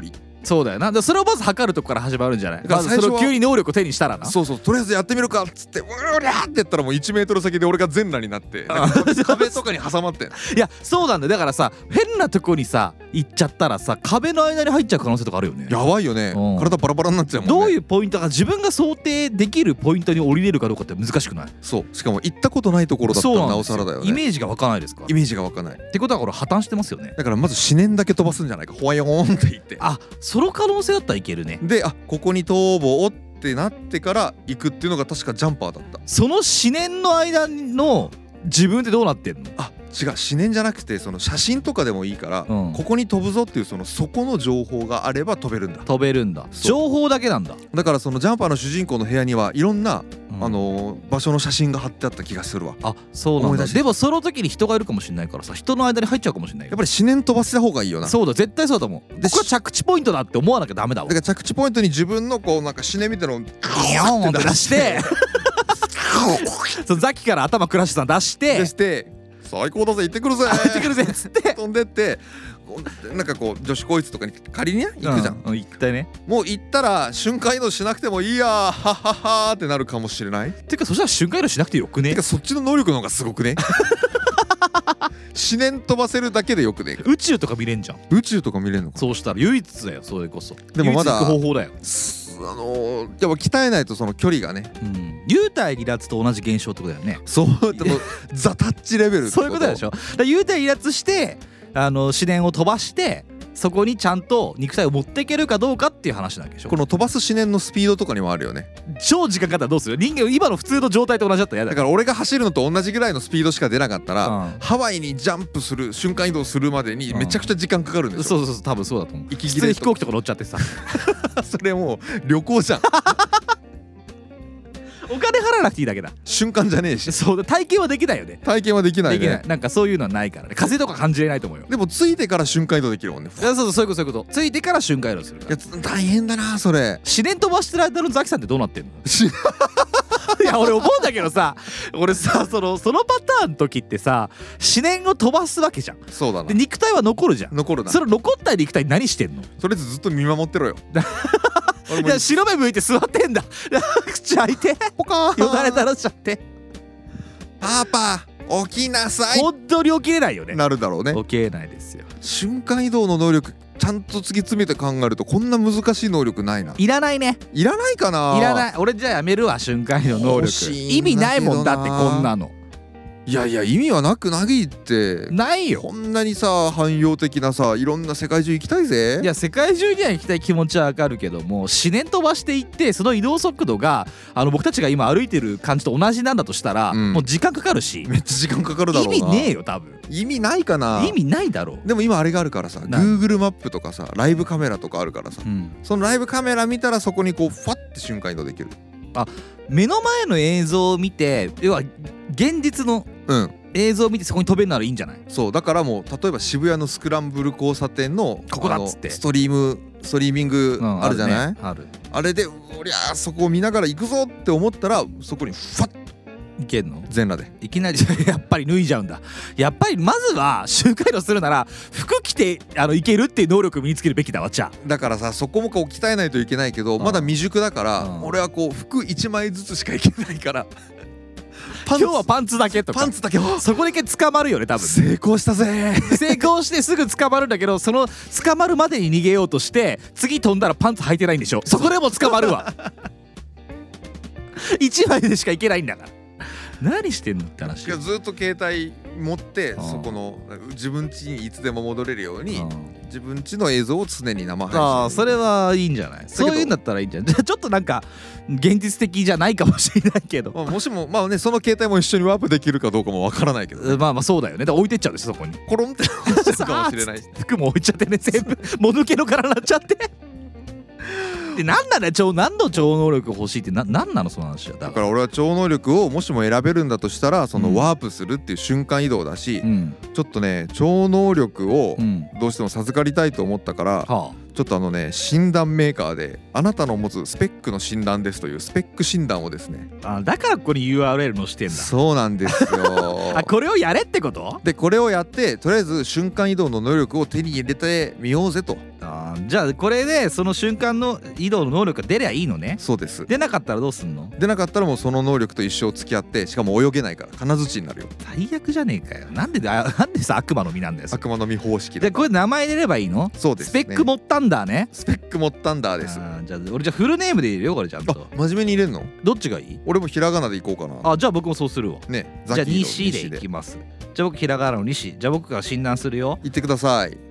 そうだよな。でそれをまず測るとこから始まるんじゃない。 だからまずそれを最初は急に能力を手にしたらな。 そうそう、とりあえずやってみるかっつってうりゃーってやったらもういちメートル先で俺が全裸になってなんか壁とかに挟まってんいやそうなんだよ。だからさ変なとこにさ行っちゃったらさ壁の間に入っちゃう可能性とかあるよね。 やばいよね、 うん体バラバラになっちゃうもんね。 どういうポイントか自分が想定できるポイントに降りれるかどうかって難しくない？ そうしかも行ったことないところだったらなおさらだよね。 イメージが湧かないですか？ イメージが湧かない。 ってことはこれ破綻してますよね。 だからまず思念だけ飛ばすんじゃないか、ホワヨーンって言って、 あその可能性だったらいけるね。 であここに逃亡ってなってから行くっていうのが確かジャンパーだった。 その思念の間の自分ってどうなってんの？ あ違う、思念じゃなくてその写真とかでもいいから、 うんここに飛ぶぞっていうそのそこの情報があれば飛べるんだ。 飛べるんだ。 そう情報だけなんだ。 だからそのジャンパーの主人公の部屋にはいろんな、 うんあのー場所の写真が貼ってあった気がするわ。 あそうなんだ。 思い出してでもその時に人がいるかもしれないからさ人の間に入っちゃうかもしれないよ。 やっぱり思念飛ばした方がいいよな。 そうだ絶対そうだと思う。 でここは着地ポイントだって思わなきゃダメだわ。 だから着地ポイントに自分のこうなんか思念みたいなのをギョーンって出してそのザキから頭クラッシュさん出してでして最高だぜ行ってくるぜ入ってくるぜっつって飛んでってこうなんかこう女子こいつとかに仮にね行くじゃん、 うんうん行ったね。 もう行ったら瞬間移動しなくてもいいやはっはっはーってなるかもしれない。 てかそしたら瞬間移動しなくてよくねてか。そっちの能力の方がすごくね思念飛ばせるだけでよくね。 宇宙とか見れんじゃん。 宇宙とか見れるのか。 そうしたら唯一だよそれこそ。 でもまだ唯一行く方法だよ。 すあのー、やっぱ鍛えないとその距離がね。 うん幽体離脱と同じ現象ってことだよね。 そうでもザタッチレベルってそういうことでしょ。だから幽体離脱してあの思念を飛ばしてそこにちゃんと肉体を持っていけるかどうかっていう話なわけでしょ。 この飛ばす思念のスピードとかにもあるよね。 超時間かかったらどうする？人間今の普通の状態と同じだったら嫌だよ。 だから俺が走るのと同じぐらいのスピードしか出なかったら、 うんハワイにジャンプする瞬間移動するまでにめちゃくちゃ時間かかるんですよ。 そうそうそう多分そうだと思う。 息切れと普通に飛行機とか乗っちゃってさそれもう旅行じゃんお金払わなくていいだけだ。 瞬間じゃねえしそう体験はできないよね。 体験はできないね。 できない。なんかそういうのはないからね。風とか感じれないと思うよ。 でもついてから瞬間移動できるもんね。 いやそうそうそういうことそういうこと。ついてから瞬間移動するから。 いやつ大変だなそれ。 思念飛ばしてる間のザキさんってどうなってんの？いや俺思うんだけどさ俺さそのそのパターンの時ってさ思念を飛ばすわけじゃん。 そうだなで。肉体は残るじゃん。 残るな。 その残った肉体何してんの？ とりあえずずっと見守ってろよ。俺もいや白目向いて座ってんだ口開いてポカーンよだれ垂らしちゃってパパ起きなさい本当に起きれないよね。 なるだろうね。 起きれないですよ。 瞬間移動の能力ちゃんと突き詰めて考えるとこんな難しい能力ないな。 いらないね。 いらないかな。 いらない。俺じゃあやめるわ瞬間移動能欲力。意しいんだけどな味ないもんだってこんなのいやいや意味はなくないって。 ないよ。 こんなにさ汎用的なさいろんな世界中行きたいぜ。 いや世界中には行きたい気持ちはわかるけども思念飛ばしていってその移動速度があの僕たちが今歩いてる感じと同じなんだとしたら、 うんもう時間かかるしめっちゃ時間かかるだろうな。 意味ねえよ多分。 意味ないかな。 意味ないだろう。 でも今あれがあるからさな Google マップとかさライブカメラとかあるからさ、 うん、 そのライブカメラ見たらそこにこうファッて瞬間移動できる。 目の前の映像を見て要は現実のうん映像を見てそこに飛べるならいいんじゃない？ そうだからもう例えば渋谷のスクランブル交差点のここだっつってあのストリームストリーミングうんあるじゃない、 あるねある。 あれでおりゃーそこを見ながら行くぞって思ったらそこにファッいけんの？ 全裸でいきなりやっぱり脱いじゃうんだ。やっぱりまずは周回路するなら服着てあのいけるっていう能力を身につけるべきだわ。じゃあだからさそこもこう鍛えないといけないけどんまだ未熟だからうん俺はこう服いちまいずつしかいけないからパン今日はパンツだけとかパンツだけはそこだけ捕まるよね多分。 成功したぜ成功してすぐ捕まるんだけどその捕まるまでに逃げようとして次飛んだらパンツ履いてないんでしょ。そこでも捕まるわいちまいでしかいけないんだから何してんのって話。 いやずっと携帯持ってうんそこの自分家にいつでも戻れるようにうん自分家の映像を常に生配信。 ああそれはいいんじゃない？そういうんだったらいいんじゃない？じゃあちょっとなんか現実的じゃないかもしれないけどまあもしもまあねその携帯も一緒にワープできるかどうかもわからないけどね、 まあまあそうだよね。だから置いてっちゃうでしょそこに。 コロンって落ちてるかもしれないし服も置いちゃってね全部もぬけの殻になっちゃってでなんなんだよ超何の超能力欲しいってな何なのその話は。だかだから俺は超能力をもしも選べるんだとしたらそうんのワープするっていう瞬間移動だし、 うんちょっとね超能力をうんどうしても授かりたいと思ったから、 はちょっとあのね診断メーカーであなたの持つスペックの診断ですというスペック診断をですね。 ああだからここに ユーアールエル 載してんだ。 そうなんですよあこれをやれってこと？ でこれをやってとりあえず瞬間移動の能力を手に入れてみようぜと。 あーじゃあこれでその瞬間の移動の能力が出りゃいいのね。 そうです。 出なかったらどうすんの？ 出なかったらもうその能力と一生付き合って、しかも泳げないから金槌になるよ。 最悪じゃねえかよ。なんでだなんでさ悪魔の実なんだよそれ。 悪魔の実方式だでこれ名前入れればいいの？ そうですね。 スペックモッタンダーね。 スペックモッタンダーです。 あーじゃあ俺じゃあフルネームで入れるよこれちゃんあ、 と。 真面目に入れんの？ どっちがいい？ 俺もひらがなでいこうかな。 あじゃあ僕もそうするわ。 ね、 じゃあザキの西でいきます。じゃあ僕ひらがなの西。じゃあ僕から診断するよ。 言ってください。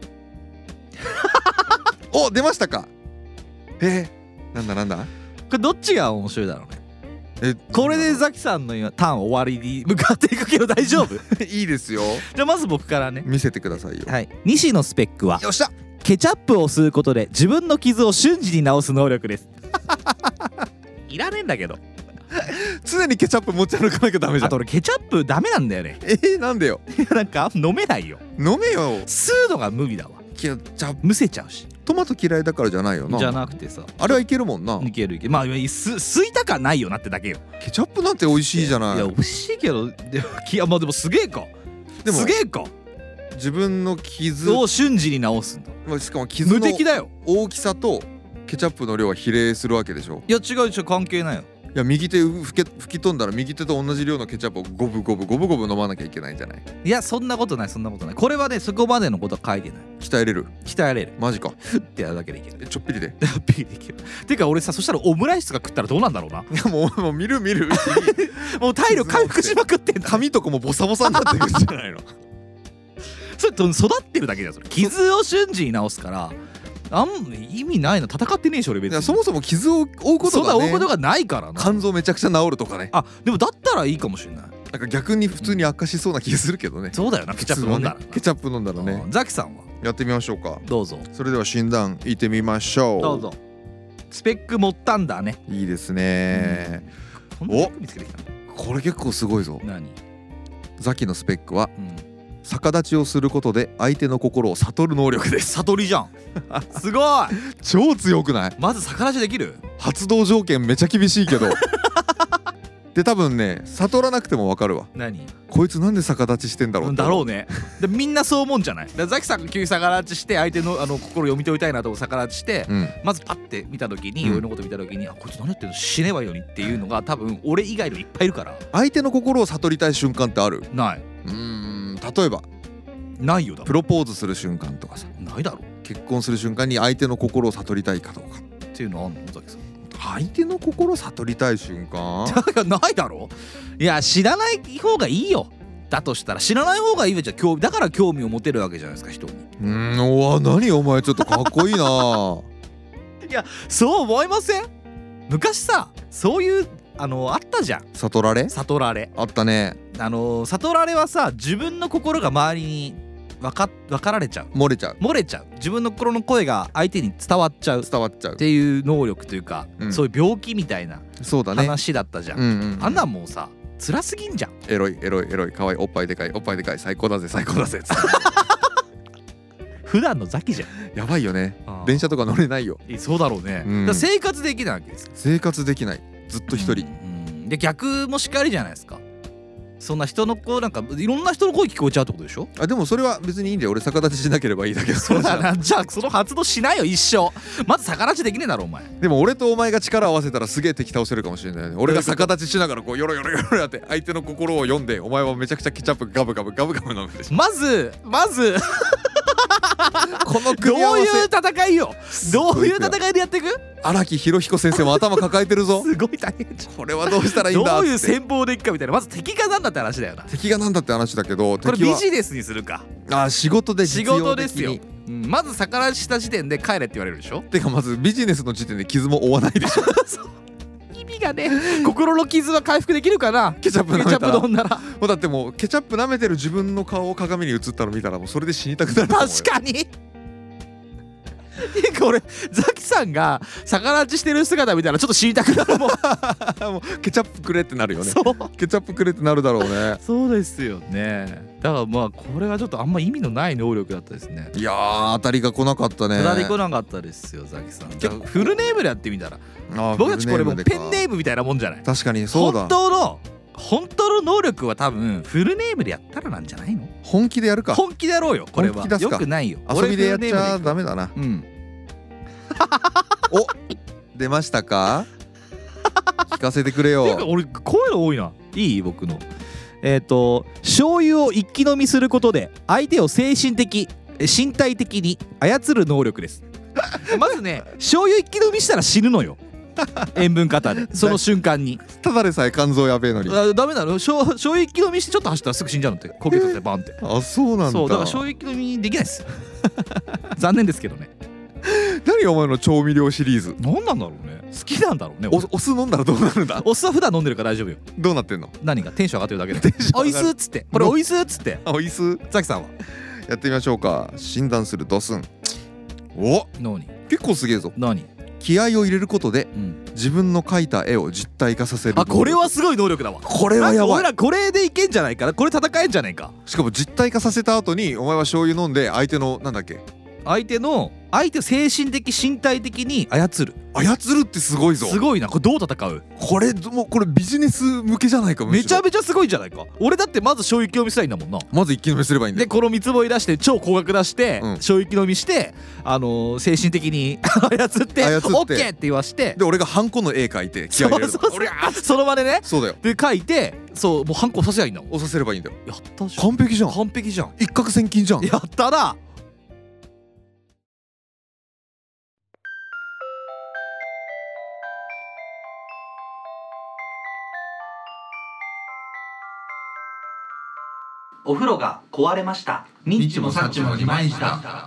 お、出ましたか。えー、なんだなんだ。 これどっちが面白いだろうね。 え、 これでザキさんのターン終わりに向かっていくけど大丈夫？ いいですよ。 じゃあまず僕からね。 見せてくださいよ。 はい。西のスペックはよっしゃ。 ケチャップを吸うことで自分の傷を瞬時に治す能力です。いらねえんだけど。 常にケチャップ持ち歩かなきゃダメじゃん。 あと俺ケチャップダメなんだよね。 えー、なんでよ。 いやなんか飲めないよ。 飲めよ。 吸うのが無理だわ。 ケチャップむせちゃうし。 トマト嫌いだからじゃないよな。 じゃなくてさ。 あれはいけるもんな。 いけるいける。まあす吸いたかないよなってだけよ。 ケチャップなんて美味しいじゃない。 いや美味しいけどでもいやまあでもすげえか。 でもすげえか。 自分の傷を瞬時に治すんだ。 まあしかも傷無の敵だよ。 大きさとケチャップの量は比例するわけでしょ。 いや違う違う関係ないよ。 いや右手吹け吹き飛んだら右手と同じ量のケチャップをゴブゴブゴブゴブ飲まなきゃいけないんじゃない。 いやそんなことないそんなことない。これはねそこまでのことは書いてない。 鍛えれる。 鍛えれる。 マジか。 ふってやるだけでいける。 えちょっぴりで。 ピリできる。てか俺さそしたらオムライスが食ったらどうなんだろうな。 いやもうもう見る見るもう体力回復しまくってんだ。 髪とかもボサボサになってくるんじゃないの。 それと育ってるだけだよそれ。傷を瞬時に治すからあん意味ないの。戦ってねえし俺別に。 いやそもそも傷を負うことそんながね負うことがないからな。 肝臓めちゃくちゃ治るとかね。 あでもだったらいいかもしれない。 なんか逆に普通に悪化しそうな気がするけどね。 そうだよなケチャップ飲んだら、 ね、ケチャップ飲んだらね。 うんザキさんはやってみましょうか。 どうぞ。 それでは診断いってみましょう。 どうぞ。スペック持ったんだね。 いいですね、 うん、こんな役見つけてきたの。 これ結構すごいぞ。 何？ ザキのスペックは、 うん、 逆立ちをすることで相手の心を悟る能力です。 悟りじゃん。すごい。 超強くない？ まず逆立ちできる？ 発動条件めちゃ厳しいけどで多分ね悟らなくても分かるわ。 何？ こいつなんで逆立ちしてんだろうってだろうね。でみんなそう思うんじゃない？だからザキさんが急に逆立ちして相手のあの心読み解いたいなと思って逆立ちして、うん、まずパッて見た時に、うん、俺のこと見た時にあこいつ何やってんの死ねばいいのにっていうのが多分俺以外のいっぱいいるから。 相手の心を悟りたい瞬間ってある？ ない。 うーん例えばないよだ。 プロポーズする瞬間とかさ。 ないだろ。 結婚する瞬間に相手の心を悟りたいかどうかっていうのあんのザキさん。 相手の心を悟りたい瞬間だからないだろ。いや知らない方がいいよ。だとしたら知らない方がいいわ。じゃ興味だから興味を持てるわけじゃないですか人に。 うーんおわ何お前ちょっとかっこいいないやそう思いません？昔さそういうあのあったじゃん。 悟られ悟られあったね。 あの悟られはさ自分の心が周りに分か分かられちゃう。 漏れちゃう漏れちゃう。自分の心の声が相手に伝わっちゃう伝わっちゃうっていう能力というか、うん、そういう病気みたいなそうだね話だったじゃん。 うんうんうん、 あんなんもうさ辛すぎんじゃん。 エロいエロいエロいかわいいおっぱいでかいおっぱいでかい最高だぜ最高だぜ普段のザキじゃん。 やばいよね。電車とか乗れないよ。 そうだろうね、うん、だ生活できないわけです。 生活できないずっと一人、 うんうん、で逆もしかりじゃないですか。そんな人の声なんかいろんな人の声聞こえちゃうってことでしょ。 あでもそれは別にいいんだよ。俺逆立ちしなければいいだけど。 そうだな。じゃあその発動しないよ一生。まず逆立ちできねえだろお前。 でも俺とお前が力を合わせたらすげえ敵倒せるかもしれないね。俺が逆立ちしながらこうヨロヨロヨロやって相手の心を読んでお前はめちゃくちゃケチャップガブガブガブガブ飲むでしょ。 まずまずこの組み合わせどういう戦いよ。どういう戦いでやっていく？ 荒木博彦先生も頭抱えてるぞ。 すごい大変じゃん。 これはどうしたらいいんだって。 どういう戦法でいくかみたいな。まず敵が何だって話だよな。 敵が何だって話だけどこれビジネスにするか。 あ仕事で実用的に。 仕事ですよ、うん、まず逆立ちした時点で帰れって言われるでしょ。 てかまずビジネスの時点で傷も負わないでしょ。 意味がね心の傷は回復できるかな。 ケチャップ舐めたら。 ケチャップ飲んだらもうだってもうケチャップ舐めてる自分の顔を鏡に映ったの見たらもうそれで死にたくなると思うよ。 確かにこれザキさんが逆立ちしてる姿見たらちょっと知りたくなるもん。 もうケチャップくれってなるよね。 そうケチャップくれってなるだろうね。 そうですよね。だからまあこれはちょっとあんま意味のない能力だったですね。 いやー当たりが来なかったね。 当たり来なかったですよザキさん。じゃあフルネームでやってみたら。 あ僕たちこれもうペンネームみたいなもんじゃない。 確かにそうだ。 本当の本当の能力は多分フルネームでやったらなんじゃないの。 本気でやるか。 本気でやろうよこれは。よくないよ。 遊びでやっちゃダメだな。 うんお、出ましたか？聞かせてくれよ。 てか俺こういうの多いな。いい？僕のえっ、ー、と醤油を一気飲みすることで相手を精神的身体的に操る能力です。まずね、醤油一気飲みしたら死ぬのよ。塩分過多でその瞬間に。 ただでさえ肝臓やべえのに。 あ、ダメなの。醤油一気飲みしてちょっと走ったらすぐ死んじゃうのって。焦げとってバンって。 あ、そうなんだ。 そうだから醤油一気飲みできないです残念ですけどね。 何お前の調味料シリーズ。 何なんだろうね。好きなんだろうね。 お、お酢飲んだらどうなるんだ。 お酢は普段飲んでるから大丈夫よ。 どうなってんの。 何がテンション上がってるだけで。おいすっつってこれおいすっつって。 あ、おいす。 ザキさんはやってみましょうか。診断するドスン。お、 何結構すげえぞ。 何。 気合を入れることで、 うん、 自分の描いた絵を実体化させる。 あ、これはすごい能力だわ。 これはやばい。 俺らこれでいけんじゃないかな。これ戦えんじゃないか。 しかも実体化させた後にお前は醤油飲んで相手のなんだっけ、 相手の相手を精神的身体的に操る。 操るってすごいぞ。 すごいな。これどう戦う。 これもうこれビジネス向けじゃないか。 めちゃめちゃすごいんじゃないか。俺だってまず醤油一気飲みしたいんだもんな。 まず一気飲みすればいいんだよ。 でこの三つぼい出して超高額出して、うん、醤油一気飲みして、あのー、精神的に操って操ってオッケーって言わしてで俺がハンコの絵描いて気合い入れる。 そうそうそう、その場でね。 そうだよ。 で描いて、そうもうハンコさせりゃいいんだもん。 押させればいいんだよ。 やったじゃん。 完璧じゃん。 完璧じゃん。 一攫千金じゃん。 やったな。お風呂が壊れました。ニッチもサッチも二枚舌。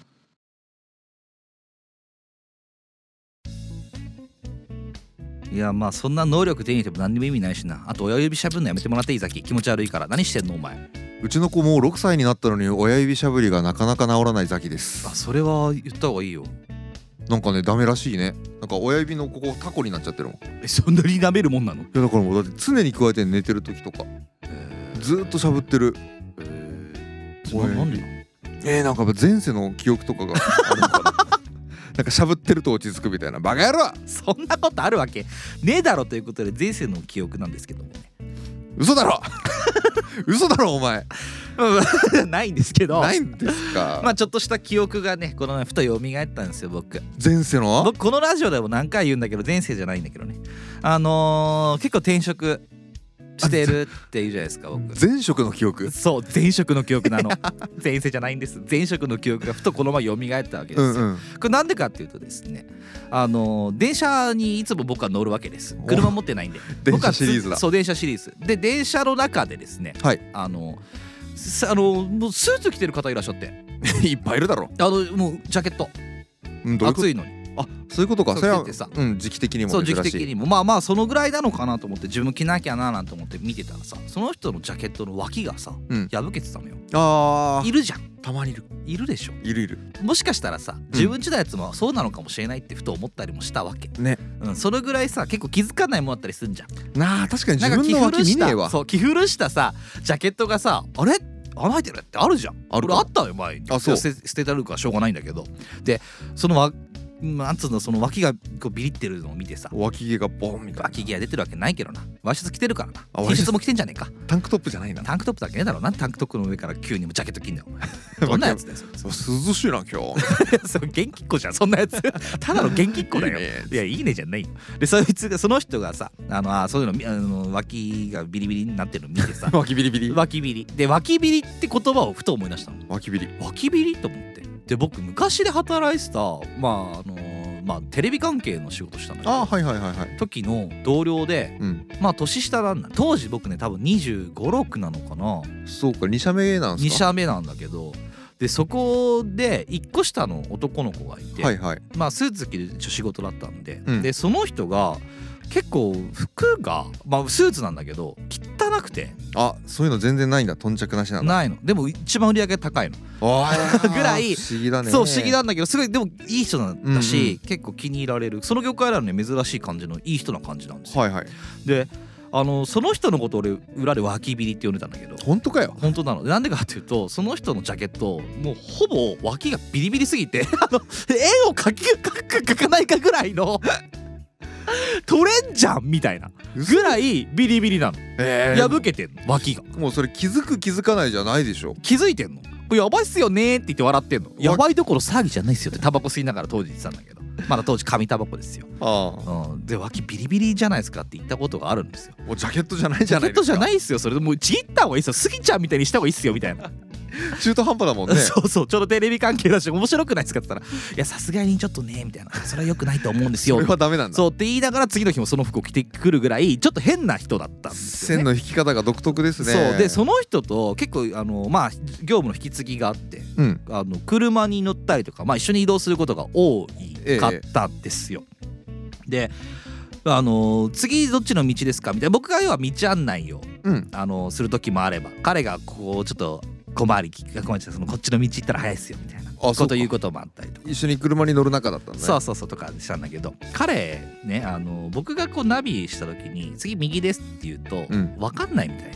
いや、まあそんな能力手に入れても何にも意味ないしな。あと親指しゃぶるのやめてもらっていい？ザキ、気持ち悪いから。何してんのお前。 うちの子もうろくさいになったのに親指しゃぶりがなかなか治らないザキです。 あ、それは言った方がいいよ。 なんかね、ダメらしいね。なんか親指のここタコになっちゃってるもん。 え、そんなに舐めるもんなの？いやだからもうだって常に加えて寝てる時とかずーっとしゃぶってる。 えー、なんでなの？ えー、なんか前世の記憶とかがあるのかな。なんかしゃぶってると落ち着くみたいな。バカ野郎。 そんなことあるわけねえだろということで、前世の記憶なんですけどもね。 嘘だろ嘘だろお前。 ないんですけど。 ないんですか。 まあちょっとした記憶がね、このふと蘇ったんですよ僕。 前世の？ 僕このラジオでも何回言うんだけど前世じゃないんだけどね。あのー、結構転職してるっていうじゃないですか僕。 前職の記憶？そう、 前職の記憶なの。前世じゃないんです。前職の記憶がふとこのまま蘇ったわけですよ。うんうん、これなんでかっていうとですね、あのー、電車にいつも僕は乗るわけです。車持ってないんで。 電車シリーズだ。 そう、電車シリーズで、電車の中でですね、はい、あのー、あのー、もうスーツ着てる方いらっしゃっていっぱいいるだろ。 あのもうジャケット、うん、どういうこと？暑いのに。 あ、そういうことか。 それはうん、 時期的にもそう、時期的にもまあまあそのぐらいなのかなと思って自分着なきゃななんて思って見てたらさ、その人のジャケットの脇がさ、うん、破けてたのよ。 あー、 いるじゃん。 たまにいる。 いるでしょ。 いるいる。 もしかしたらさ、自分ちのやつもそうなのかもしれないってふと思ったりもしたわけね。 うん、それぐらいさ結構気づかないものだったりすんじゃん。 なあ、確かに自分の脇見ねえわ。 そう、着古したさジャケットがさ、あれ穴開いてるってあるじゃん。あるか。俺あったよ前に。あ、そう。捨て捨ててあるからしょうがないんだけど、でそのわなんつうの、その脇がこうビリってるのを見てさ、 脇毛がボンみたいな。 脇毛が出てるわけないけどな。ワイシャツ着てるからな。T シャツも着てんじゃねえか。 タンクトップじゃないな。 タンクトップだけねえだろうな。タンクトップの上から急にもジャケット着んだよお前。どんなやつだよそれ。 涼しいな今日。 それ元気っ子じゃんそんなやつ。ただの元気っ子だよ。いや、いいねじゃないよ。でそいつが、その人がさ、あのあそういうの、あの脇がビリビリになってるの見てさ。 脇ビリビリ。 脇ビリで、脇ビリって言葉をふと思い出したの。 脇ビリ。 脇ビリと思って。で僕昔で働いてた、まああのまあテレビ関係の仕事したんだけど、 あ、はいはいはいはい、 時の同僚で、うん、まあ年下なんだ。当時僕ね多分にじゅうご、ろくなのかな。 そうか、に社目なんですか。 に社目なんだけど、でそこでいっこ下の男の子がいて、 はいはい、 まあスーツ着る仕事だったんで、うん、でその人が結構服が、まあスーツなんだけど汚くて。 あ、そういうの全然ないんだ。頓着なしなんだ。 ないの。でも一番売り上げ高いのぐらい。 不思議だね。 そう、不思議なんだけど、すごいでもいい人なんだし、うんうん、結構気に入られる、その業界なのに珍しい感じのいい人な感じなんですよ。 はいはい。 であのその人のことを俺裏で脇ビリって呼んでたんだけど。 本当かよ。 本当なの。なんでかっていうと、その人のジャケットもうほぼ脇がビリビリすぎてあの絵を描き描くか描かないかぐらいの取れんじゃんみたいなぐらいビリビリなの。えー、破けてんの脇が。 もうそれ気づく気づかないじゃないでしょ。 気づいてんの。これやばいっすよねーって言って笑ってんの。やばいどころ騒ぎじゃないっすよってタバコ吸いながら当時言ってたんだけど。 まだ当時紙タバコですよ。 あうん、で脇ビリビリじゃないですかって言ったことがあるんですよ。 もうジャケットじゃないじジャケットじゃないですか。 ゃないっすよ。それでもうちぎった方がいいっすよ。スギちゃんみたいにした方がいいっすよみたいな。 中途半端だもんね。 そうそう、ちょうどテレビ関係だし面白くないですかって言ったら、いやさすがにちょっとねみたいな、それは良くないと思うんですよ。 それはダメなんだ。 そうって言いながら次の日もその服を着てくるぐらいちょっと変な人だったんですよね。 線の引き方が独特ですね。 そうでその人と結構あのまあ業務の引き継ぎがあって、 うんあの車に乗ったりとか、まあ、一緒に移動することが多かったんですよ。であの次どっちの道ですかみたいな、僕が要は道案内を、 うんあのする時もあれば、彼がこうちょっと小回り聞かれてそのこっちの道行ったら早いですよみたいなこあそうかと言うこともあったりとか、 一緒に車に乗る仲だったんだね。 そうそうそうとかしたんだけど、彼ねあの僕がこうナビした時に次右ですって言うと、 うん分かんないみたい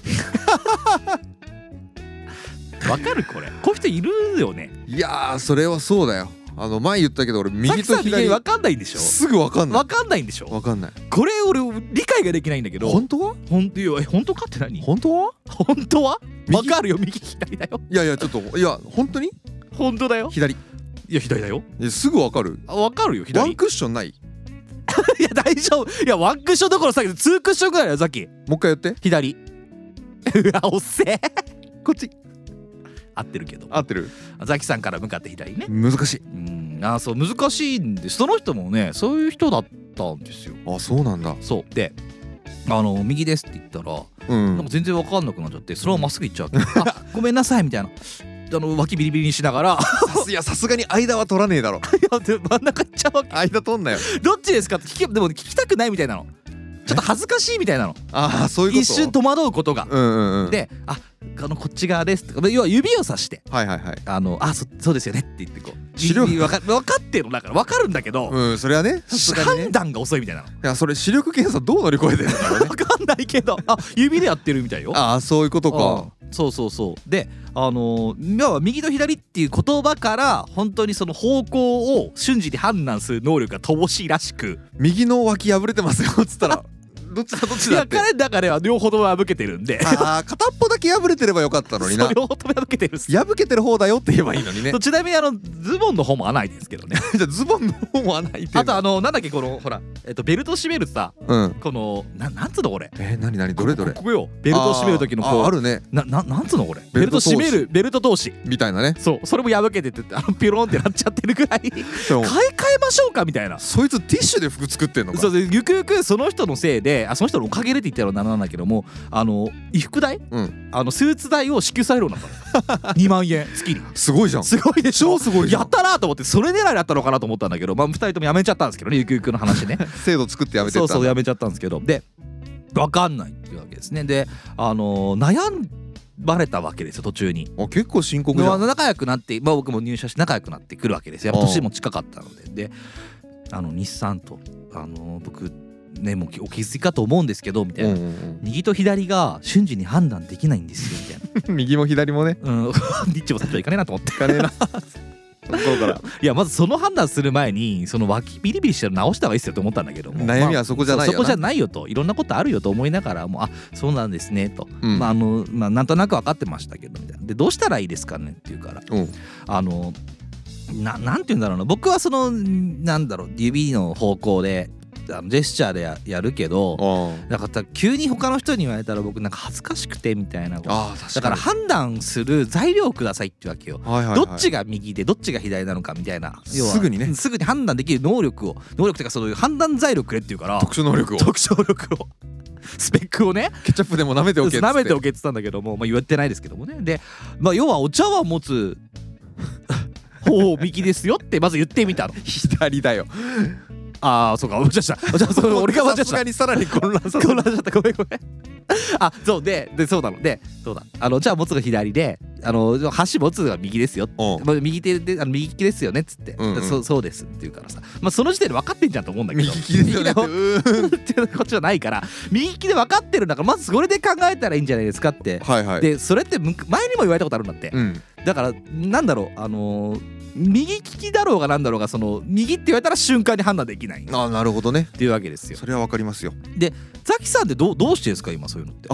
でわかるこれこういう人いるよね。 いやーそれはそうだよ。あの前言ったけど俺右とさきさん左右分かんないんでしょ。 すぐ分かんない。 分かんないんでしょ。 分かんない。 これ俺理解ができないんだけど、 本当はほんいや本当かって何？ 本当は本当は右分かるよ、右左だよ。 いやいやちょっといや本当に本当だよ。 左。 いや左だよ。 いやすぐ分かる。 あ分かるよワ左。 ンクッションない。 いや大丈夫。いやワンクッションどころさっきツークッションぐらいだよさっき。 もう一回やって。 左。うわおっせえ。 こっち合ってるけど。 合ってる。 ザキさんから向かって左ね。 難しい。 うんあそう難しいんです。その人もねそういう人だったんですよ。 あそうなんだ。 そうであの右ですって言ったら、 うんなんか全然分かんなくなっちゃって、それをまっすぐ行っちゃうわけ。あごめんなさいみたいな、あの脇ビリビリにしながらいやさすがに間は取らねえだろ。 いやで真ん中行っちゃうわけ。 間取んなよ。 どっちですかって聞けでも聞きたくないみたいなの、ちょっと恥ずかしいみたいなの、 ああそういうこと。 一瞬戸惑うことが、 うんうんうん。 でああのこっち側ですって要は指をさしてはいはいはい。 あのあそそうですよねって言ってこう視力分か分かってるのだから分かるんだけど、 うんそれはねさすがにね。 判断が遅いみたいなの。 いやそれ視力検査どう乗り越えてるんだろうね。 分かんないけどあ指でやってるみたいよ。 ああそういうことか。 うんそうそうそうであのー、要は右と左っていう言葉から本当にその方向を瞬時に判断する能力が乏しいらしく、 右の脇破れてますよっつったらどっちだどっちいやだって。 彼の中では両方とも破けてるんでああ片っぽだけ破れてればよかったのになそう。両方とも破けてるっす。 破けてる方だよって言えばいいのにね。 そうちなみにあのズボンの方も穴開いてるんですけどねじゃあズボンの方も穴開いてんの。 あとあのなんだっけこのほら、えっと、ベルト締めるさうん。 このななんつうのこれえー、なになにどれどれ。 ここよベルト締める時のこうあーあるねなななんつうのこれベルトベルト同士締めるベルト同士みたいなね。 そうそれも破けててあのピロンってなっちゃってるぐらい買いでも替えましょうかみたいな。 そいつティッシュで服作ってんのか。 そうでゆくゆくその人のせいであその人のおかげでって言ったらならなんだけどもあの衣服代、 うん。 あのスーツ代を支給されるようになったのにまんえん月に。 すごいじゃん。 すごいでしょ。 超すごいじゃんやったなと思ってそれ狙いだったのかなと思ったんだけど、まあふたりともやめちゃったんですけどねゆくゆくの話ね制度作ってやめてったんだ。 そうそうやめちゃったんですけど、で分かんないっていうわけですね。であのー悩んばれたわけですよ途中に。 あ結構深刻じゃん。 仲良くなって、まあ、僕も入社して仲良くなってくるわけですよ。やっぱ年も近かったので、であの日産とあのー僕ねもうお気づきかと思うんですけどみたいな、 うんうんうん右と左が瞬時に判断できないんですよみたい右も左もね。 な、うん、リッチもさっきはいかねえなと思っていかねえな。その頃からいやまずその判断する前にその脇ビリビリしてるの直した方がいいっすよと思ったんだけども、 悩みはそこじゃないよなまあそそこじゃないよといろんなことあるよと思いながらもうあそうなんですねと、 うんまああのまあなんとなく分かってましたけどみたいなでどうしたらいいですかねって言うからうんあのななんて言うんだろうな僕はそのなんだろう指の方向であのジェスチャーで や, やるけどあだから急に他の人に言われたら僕なんか恥ずかしくてみたいなあ確かに。 だから判断する材料をくださいってわけよ。 はいはいはい、 どっちが右でどっちが左なのかみたいな要はすぐにねすぐに判断できる能力を能力っていうかそういう判断材料くれっていうから特殊能力を特殊能力をスペックをねケチャップでも舐めておけっつって舐めておけって言ったんだけども、まあ、言ってないですけどもねで、まあ、要はお茶碗持つ方を右ですよってまず言ってみたの。 左だよ。 ああそうか間違えたじゃあそれ俺が間違えたさすがにさらに混乱させ混乱しちゃったごめんごめんあそうででそうなのでそうだあのじゃあ持つが左であの箸持つが右ですよ、 うんまあ、右手であの右利きですよねっつって、 うんうんそそうですって言うからさ、まあ、その時点で分かってんじゃんと思うんだけど右利きですよねって右うーんでっていうこっちじゃないから右利きで分かってるんだからまずそれで考えたらいいんじゃないですかってはいはい。 でそれってむ前にも言われたことあるんだって、 うん。 だからなんだろうあのー右利きだろうがなんだろうがその右って言われたら瞬間に判断できないっああなるほどね。 ていうわけですよ。 それはわかりますよ。 ザキさんってどうどうしてですか今そういうのって。 あ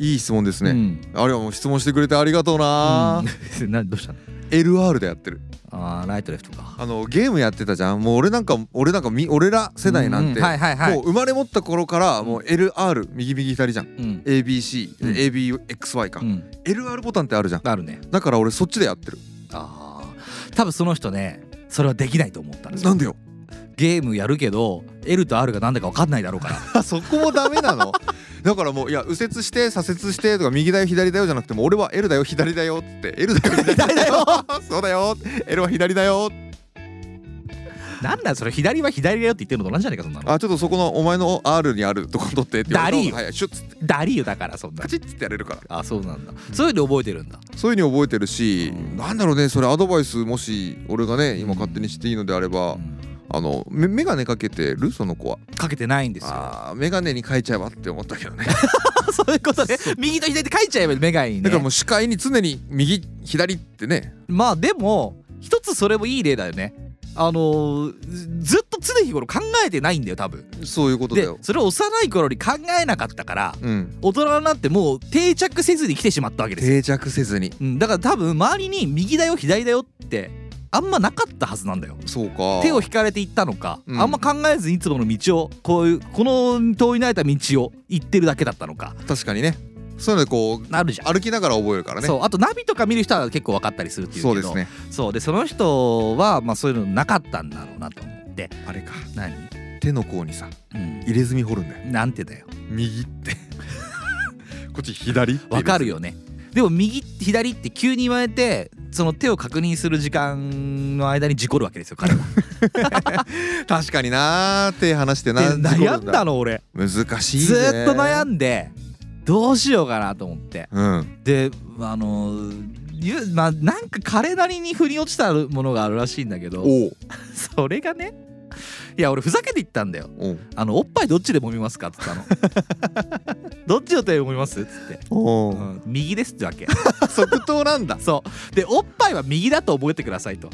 いい質問ですね、 うん、 あれはもう質問してくれてありがとうな、 うん、などうしたの？ エルアール でやってる。 あーライトレフトか。 あのゲームやってたじゃん。もう俺なんか俺なんかみ俺ら世代なんて、 うんうん、はいはいはい、 もう生まれ持った頃からもう エルアール 右右左じゃん、 うん、 エービーシー、 うん、 エービーエックスワイ か、うん、エルアール ボタンってあるじゃん。 あるね。 だから俺そっちでやってる。 あー多分その人ねそれはできないと思ったんですよ。 なんでよ。 ゲームやるけど L と R がなんだか分かんないだろうからそこもダメなのだからもういや右折して左折してとか右だよ左だよじゃなくても俺は L だよ左だよって L だよ左だよそうだよ L は左だよ。 なんだそれ左は左だよって言ってるのと同じじゃないかそんなの。 あちょっとそこのお前の R にあるとこ取ってってダリーよ、 はい、シュッつってダリーよだからそんなカチッつってやれるから。 あそうなんだ、うん、そういうの覚えてるんだ。 そういうの覚えてるし、 うん、 なんだろうねそれアドバイスもし俺がね今勝手にしていいのであれば、うん、あのメメガネかけてるその子は。 かけてないんですよ。 あメガネに変えちゃえばって思ったけどねそういうことで右と左で書いちゃえばメガネにね。 だからもう視界に常に右左ってね。 まあでも一つそれもいい例だよね。あのー、ずっと常日頃考えてないんだよ多分。 そういうことだよ。 でそれを幼い頃に考えなかったから、 うん、 大人になってもう定着せずに来てしまったわけですよ。 定着せずに、 うん、だから多分周りに右だよ左だよってあんまなかったはずなんだよ。 そうか。 手を引かれていったのか、うん、あんま考えずにいつもの道をこういうこの遠いなれた道を行ってるだけだったのか。 確かにね。そういうのでこうなるじゃん。 歩きながら覚えるからね。 そうあとナビとか見る人は結構分かったりするっていうけど。 そうですね。 そうでその人はまあそういうのなかったんだろうなと思って。 あれか何手の甲にさ、うん、入れ墨掘るんだよ。 なんてだよ右ってこっち左って分かるよね。でも右左って急に言われてその手を確認する時間の間に事故るわけですよ彼は確かにな手離してな悩んだの俺難しいね。 ずーっと悩んでどうしようかなと思って、 うん、 であのまあなんか彼なりに腑に落ちたものがあるらしいんだけどそれがねいや俺ふざけて言ったんだよ。あのおっぱいどっちで揉みますかっつったのどっちの手で揉みますっつって、うん、右ですってわけ即答なんだ。 そうでおっぱいは右だと覚えてくださいと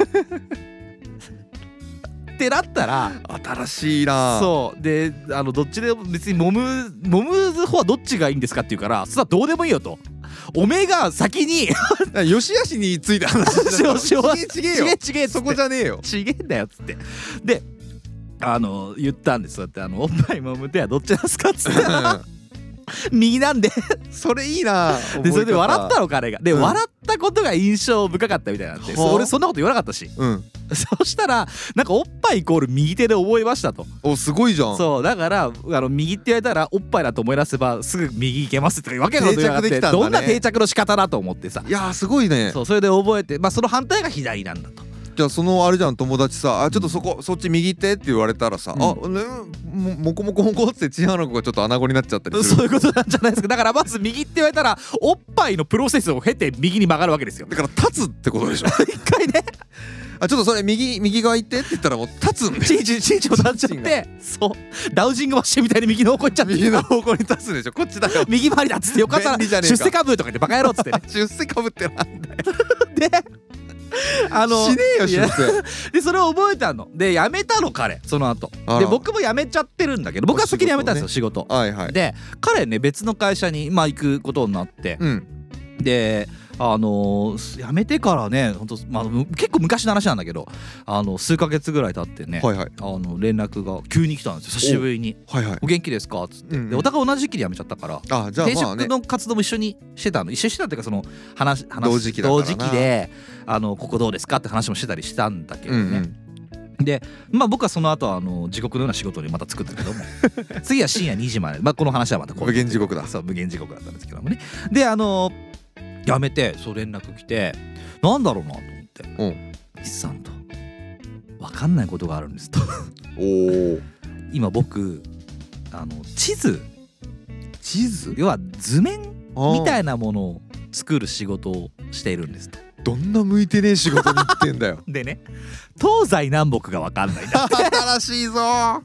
ってなったら新しいな。 そうであのどっちで別に揉む揉む方はどっちがいいんですかって言うからそれはどうでもいいよと。おめえが先によしあしについて話してた。ちげえちげえよ。ちげえちげえそこじゃねえよ。 ちげえんだよっつってであの言ったんですよってあのおっぱい揉む手はどっちなんですかっつって右なんでそれいいな。 でそれで笑ったの彼がで、うん、笑ったことが印象深かったみたいなんで俺そんなこと言わなかったし、うん、そしたらなんかおっぱいイコール右手で覚えましたと。 おすごいじゃん。 そうだからあの右って言われたらおっぱいだと思い出せばすぐ右行けますってわけのこと言わなくて、ね、どんな定着の仕方だと思ってさ。 いやすごいね。 そうそれで覚えてまあその反対が左なんだと。 じゃあそのあれじゃん友達さあちょっとそこ、うん、そっち右行ってって言われたらさ、うん、あねももこもこもこってチンアナゴがちょっと穴子になっちゃったりする。 そういうことなんじゃないですか。だからまず右って言われたらおっぱいのプロセスを経て右に曲がるわけですよ。 だから立つってことでしょ一回ねあちょっとそれ右右側行ってって言ったらもう立つんでチンチンチンチンを立っちゃってそうダウジングマシンみたいに右の方向行っちゃって右の方向に立つでしょ。こっちだよ右回りだっつってよかったら出世株とか言ってバカ野郎っつってね出世株ってなんだよであのしねえよ出世でそれを覚えたので辞めたの彼その後で僕も辞めちゃってるんだけど僕は先に辞めたんですよ仕事、 はいはい、 で彼ね別の会社にまあ行くことになって、うん、であのー、辞めてからねほんと、まあ、結構昔の話なんだけどあの数ヶ月ぐらい経ってね、はいはい、あの連絡が急に来たんですよ久しぶりに、はいはい、お元気ですかっつって、うんうん、でお互い同じ時期で辞めちゃったからあじゃあ転職の活動も一緒にしてたの一緒にしてたっていうかその話話同時期だからな同時期であのここどうですかって話もしてたりしたんだけどね、うんうん、でまあ僕はその後あの地獄のような仕事にまた作ったけども次は深夜にじまで、まあ、この話はまたこう無限地獄だそう無限地獄だったんですけどもねであの辞めてそう連絡来てなんだろうなと思って西さんと分かんないことがあるんですとお今僕あの地図地図要は図面みたいなものを作る仕事をしているんですと。 どんな向いてねえ仕事に行ってんだよでね東西南北が分かんないんだって新しいぞ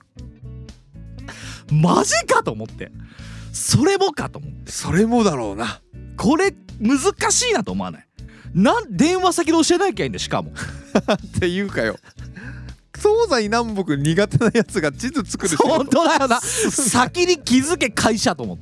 マジかと思ってそれもかと思ってそれもだろうなこれ難しいなと思わないなん電話先で教えなきゃいいんだよしかもっていうかよ東西南北苦手なやつが地図作る仕事本当だよな先に気づけ会社と思って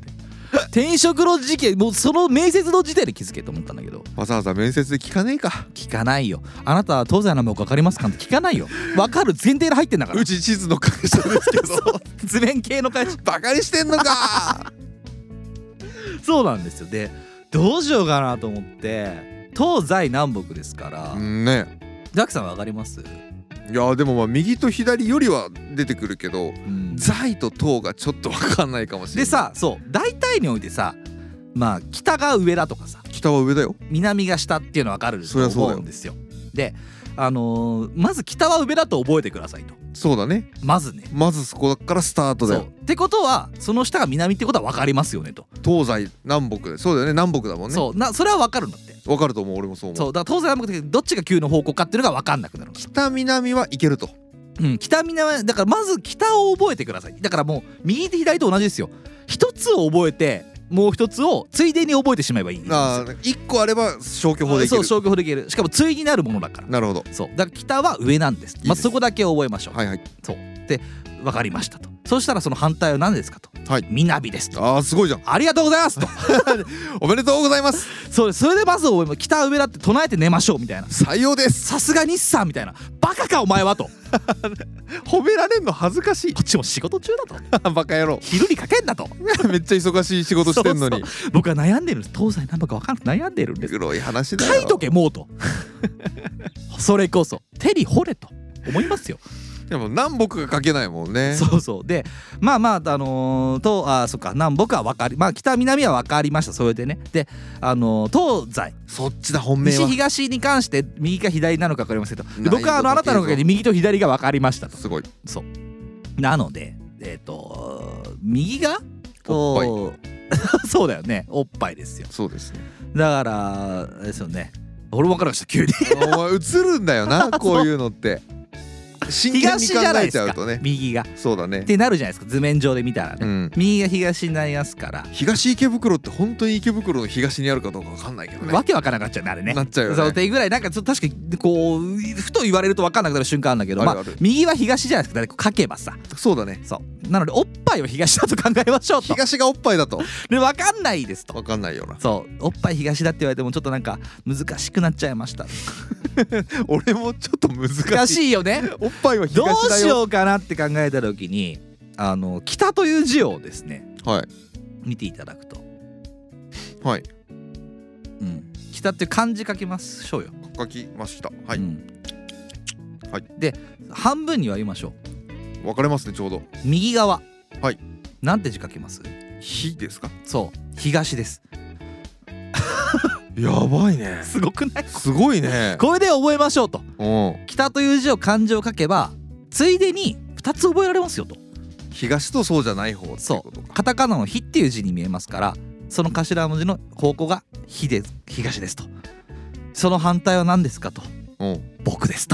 転職の時期もうその面接の時点で気づけと思ったんだけど、 わざわざ面接で聞かねえか。 聞かないよ。あなたは東西南北分かりますかって聞かないよ。分かる前提で入ってんだからうち地図の会社ですけど図面系の会社バカにしてんのかそうなんですよ。でどうしようかなと思って東西南北ですからね。 ザキさん分かります？ いやでもまあ右と左よりは出てくるけど、 うん、 在と東がちょっと分かんないかもしれない。 でさ、そう大体においてさ、まあ北が上だとかさ北は上だよ。 南が下っていうの分かると思うんですよ。であのー、まず北は上だと覚えてくださいと。 そうだね。 まずねまずそこからスタートだよ。 そうってことはその下が南ってことは分かりますよねと。 東西南北でそうだよね。南北だもんね。 そうなそれは分かるんだって。 分かると思う。俺もそう思う。 そうだから東西南北でどっちが急の方向かっていうのが分かんなくなる。 北南はいけると。 うん、北南だからまず北を覚えてください。だからもう右と左と同じですよ。一つを覚えてもう一つをついでに覚えてしまえばいいんですよ。 ああ一個あれば消去法できる。 そう消去法できる。しかも対になるものだから。 なるほど。 そうだから北は上なんです。 いいです。 まずそこだけ覚えましょう。 はいはい。 そうで分かりましたと。そしたらその反対は何ですかと。 はい。 南ですと。 ああすごいじゃん。 ありがとうございますとおめでとうございます。 そうです。それでまず覚えま北は上だって唱えて寝ましょうみたいな。 採用です。 さすが日産みたいな。バカかお前はと褒められんの恥ずかしいこっちも仕事中だとバカ野郎昼にかけんだとめっちゃ忙しい仕事してんのに。 そうそう僕は悩んでるんです。東西南北分かんない悩んでるんです。 黒い話だよ。 書いとけもうとそれこそ手に掘れと思いますよ。 でも南北が書けないもんね。 そうそうでまあまああのー、とあそっか南北は分かりまあ北南は分かりました。それでねであのー、東西そっちだ本命は。 西東に関して右か左なのか分かりませんけど、 ない僕はあのあなたのおかげで右と左が分かりましたと。 すごい。 そうなのでえっ、ー、と右がおっぱいそうだよねおっぱいですよ。 そうですね。 だからあれですよね。俺分からなかった急にお前映るんだよなこういうのって真剣に考東じゃないえですかちゃうとね。 右がそうだねってなるじゃないですか図面上で見たらね、 うん、 右が東になりますから東池袋って本当に池袋の東にあるかどうか分かんないけどね。 わけわからなくなっちゃうねあれね。 なっちゃうよね。 そうってぐらいなんかちょっと確かにこうふと言われると分かんなくなる瞬間あるんだけど、 あるあるまあ右は東じゃないですか。だって書けばさそうだね。 そうなのでおっぱいは東だと考えましょうと。 東がおっぱいだとで分かんないですと。 分かんないよな。 そうおっぱい東だって言われてもちょっとなんか難しくなっちゃいました。 俺もちょっと難しい。 難しいよね。 おっぱいはどう東だよ。 しようかなって考えた時にあの北という字をですねはい見ていただくと、 はいうん、北っていう漢字書きましょうよ。 書きました。はい、 うん、 はい。 で半分に割りましょう。 分かれますねちょうど。 右側はいなんて字書きます？ 火ですか？ そう東です。 やばいね。 すごくない？ すごいね。 これで覚えましょうと。 うん。 北という字を漢字を書けばついでにふたつ覚えられますよと。 東とそうじゃない方っていうことか。 カタカナの火っていう字に見えますからその頭文字の方向が火で東ですと。その反対は何ですかと。 うん。 僕ですと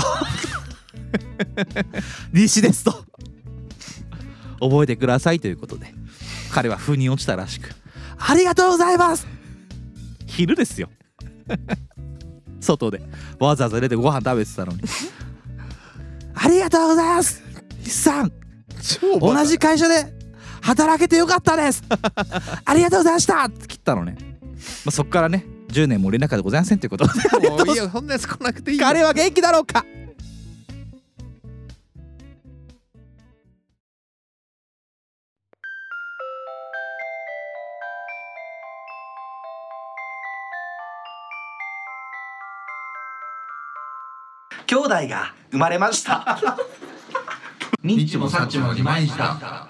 西ですと覚えてくださいということで彼は腑に落ちたらしくありがとうございます昼ですよ外でわざわざ出てご飯食べてたのにありがとうございます日産同じ会社で働けてよかったですありがとうございましたって切ったのね、まあ、そっからねじゅうねんも連絡でございませんということでもういいよそんなやつ来なくていいよ。 彼は元気だろうか。 兄弟が生まれましたニッチもサッチも二枚舌。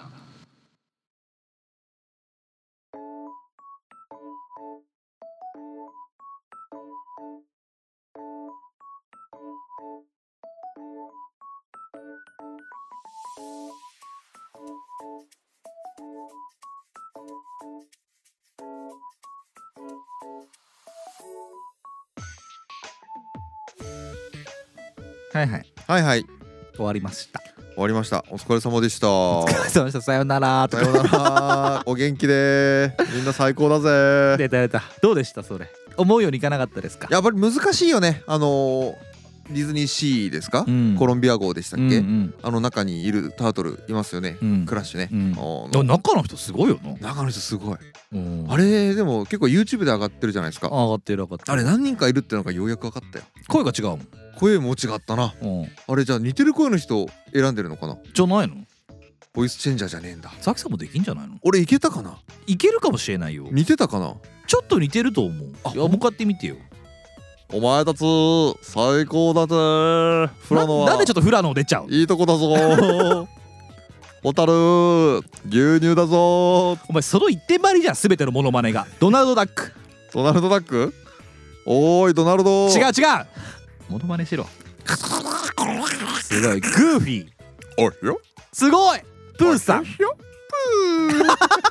はいはいはいはい終わりました。 終わりました。お疲れ様でした。 お疲れ様でした。さよならとかさようなら。お元気でみんな最高だぜ。 出た出た。どうでしたそれ。思うようにいかなかったですか？ やっぱり難しいよね。あのー、 ディズニーシーですか、 うん、 コロンビア号でしたっけ、 うんうん、 あの中にいるタートルいますよね、うん、クラッシュね、うん、 あ中の人すごいよな。 中の人すごい。あれでも結構 YouTube で上がってるじゃないですか。 上がってる上がってる。 あれ何人かいるってのがようやく分かったよ。 声が違うもん。 声も違ったな。あれじゃあ似てる声の人選んでるのかな。 じゃないの。 ボイスチェンジャーじゃねえんだ。 ザキさんもできんじゃないの。 俺いけたかな。 いけるかもしれないよ。似てたかな。 ちょっと似てると思う。あ、いや向かってみてよ。 お前たち最高だぜ。フラノはな, なんでちょっとフラノ出ちゃう。 いいとこだぞホタル牛乳だぞ。 お前その一点張りじゃん、全てのモノマネが。ドナルドダック。 ドナルドダック。おーいドナルド。 違う違う、モノマネしろ。すごい。グーフィー。 おいよ。 すごい。プーさん。プー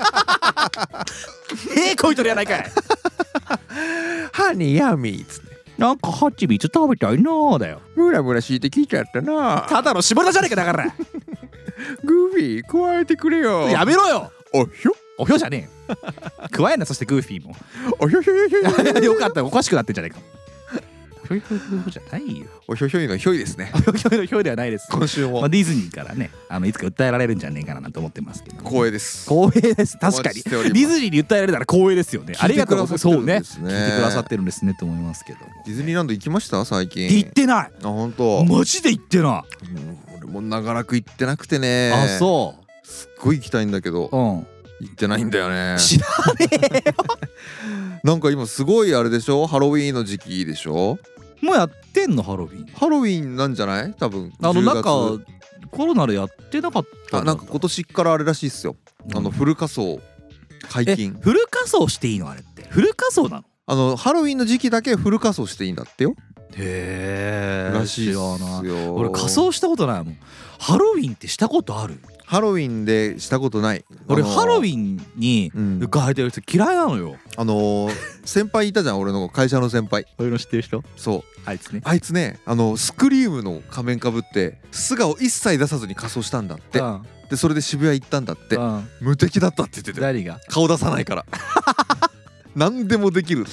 えー、こいとるやないかい。 ハニーヤミーっつって、 なんかハチミツ食べたいなーだよ。 ムラムラ敷いてきちゃったな。 ただの絞りじゃねえかだから。 グーフィー加えてくれよ。 やめろよ。 おひょおひょじゃねえよ。加えんな。そしてグーフィーもおひょひょひょひょ。 よかった、おかしくなってんじゃねえか。ひょひょひょじゃないよ。 おひょひょいのひょいですね。 おひょひょいのひょいではないです。 今週も、 まあ、ディズニーからね、あのいつか訴えられるんじゃねえかなと思ってますけど、ね、 光栄です。 光栄です。確かにディズニーに訴えられるなら光栄ですよね。ありがとうございます。そうね、聞いてくださってるんですねと思いますけど。 ディズニーランド行きました最近。 行ってない。 あ、本当。 マジで行ってない。 俺も長らく行ってなくてね。 あ、そう。 すっごい行きたいんだけど、うん、行ってないんだよね。 知らねえよ。 なんか今すごいあれでしょ、ハロウィーンの時期でしょ。 もうやってんのハロウィン。ハロウィンなんじゃない多分。 あのなんかコロナでやってなかった。 あ、なんか今年からあれらしいっすよ、うん、あのフル仮装解禁。 フル仮装していいのあれって。フル仮装なの。 あのハロウィンの時期だけフル仮装していいんだってよ。 へえ。 らしいっすよ。 俺仮装したことないもん。ハロウィンってしたことある？ ハロウィンでしたことない。 俺ハロウィンに浮かれてる人嫌いなのよ。 あのー、先輩いたじゃん、俺の会社の先輩。 俺の知ってる人？ そう、 あいつね。 あいつね、あのスクリームの仮面かぶって素顔一切出さずに仮装したんだって、うん、でそれで渋谷行ったんだって、うん、無敵だったって言ってて。 誰が？顔出さないから何でもできるって。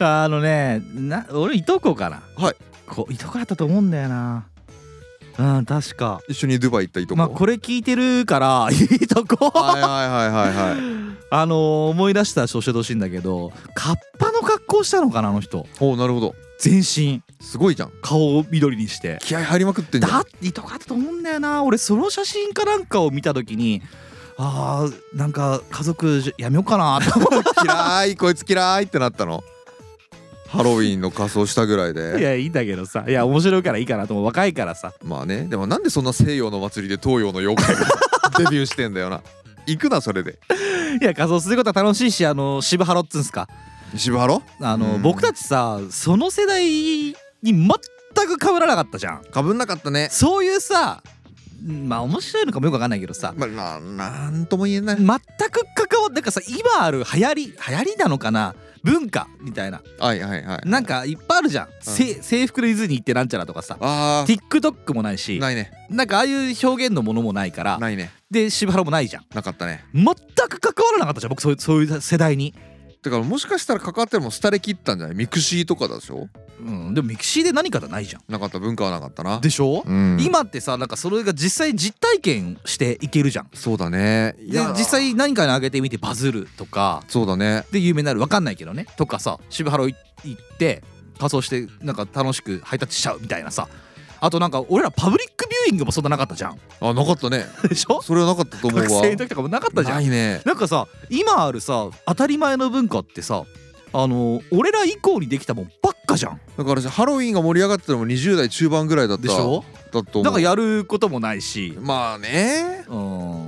あのね、な俺いとこかな。 はい、 こいとこだったと思うんだよな。うん、確か一緒にドバイ行ったいとこ。 まあこれ聞いてるからいいとこ。 はいはいはいはいはい。 あのー、思い出したら教えてほしいんだけど、カッパの格好したのかなあの人。 おお、なるほど。 全身すごいじゃん。 顔を緑にして気合入りまくってんじゃん。 だっていとこだったと思うんだよな。俺その写真かなんかを見た時に、あーなんか家族やめようかなって嫌いこいつ嫌いってなったの。ハロウィンの仮装したぐらいで。 いやいいんだけどさ、いや面白いからいいかなと思う。若いからさ。 まあね、でもなんでそんな西洋の祭りで東洋の妖怪がデビューしてんだよな。行くなそれで。 いや仮装することは楽しいし、あの渋ハロっつうんすか。 渋ハロ？ あの、うん、僕たちさその世代に全く被らなかったじゃん。 被んなかったね。 そういうさ、まあ面白いのかもよくわかんないけどさ、 まあ、な, なんとも言えない。 全く関わってなんかさ、今ある流行り流行りなのかな、文化みたいな、 はいはいはい、 なんかいっぱいあるじゃん、うん、制服でディズニー行ってなんちゃらとかさ、 あ TikTok もないし、 ないね。 なんかああいう表現のものもないから、 ないね。で渋ハロもないじゃん。 なかったね。 全く関わらなかったじゃん僕、そういう、そういう世代に。 だからもしかしたら関わってるも廃れ切ったんじゃない？ミクシーとかでしょ。 うん、でもミクシーで何かじゃないじゃん。 なかった、文化はなかったな。 でしょ、うん、今ってさ、なんかそれが実際実体験していけるじゃん。 そうだね。 で実際何かに上げてみてバズるとか。 そうだね。 で有名になる、分かんないけどね、とかさ、渋ハロ行って仮装してなんか楽しくハイタッチしちゃうみたいなさ。あとなんか俺らパブリックビューイングもそんななかったじゃん。 あ、なかったね。 でしょ。 それはなかったと思うわ。 学生の時とかもなかったじゃん。 ないね。 なんかさ、今あるさ当たり前の文化ってさ、あの俺ら以降にできたもんばっかじゃん。 だからハロウィンが盛り上がってたのもにじゅう代中盤ぐらいだったでしょ。 だと思う。 なんかやることもないし。 まあね、 うん、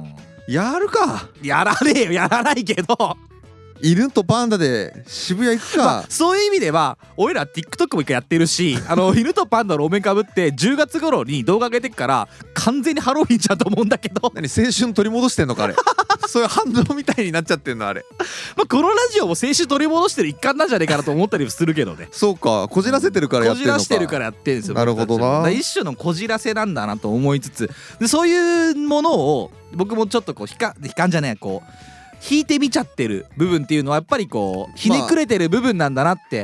やるか。 やらねえよ、やらないけど。 犬とパンダで渋谷行くか、 まあ、そういう意味では俺ら TikTok も一回やってるし、あの犬とパンダのお面かぶってじゅうがつ頃に動画上げてっから完全にハロウィンじゃんと思うんだけど。 何、青春取り戻してんのかあれ。そういう反動みたいになっちゃってんのあれ。 まあこのラジオも青春取り戻してる一環なんじゃねえかなと思ったりするけどね。 そうか、こじらせてるからやってんのか。 こじらしてるからやってんですよ。 なるほどな。 一種のこじらせなんだなと思いつつ、でそういうものを僕もちょっとこう悲観悲観じゃねえこう引いてみちゃってる部分っていうのはやっぱりこうひねくれてる部分なんだなって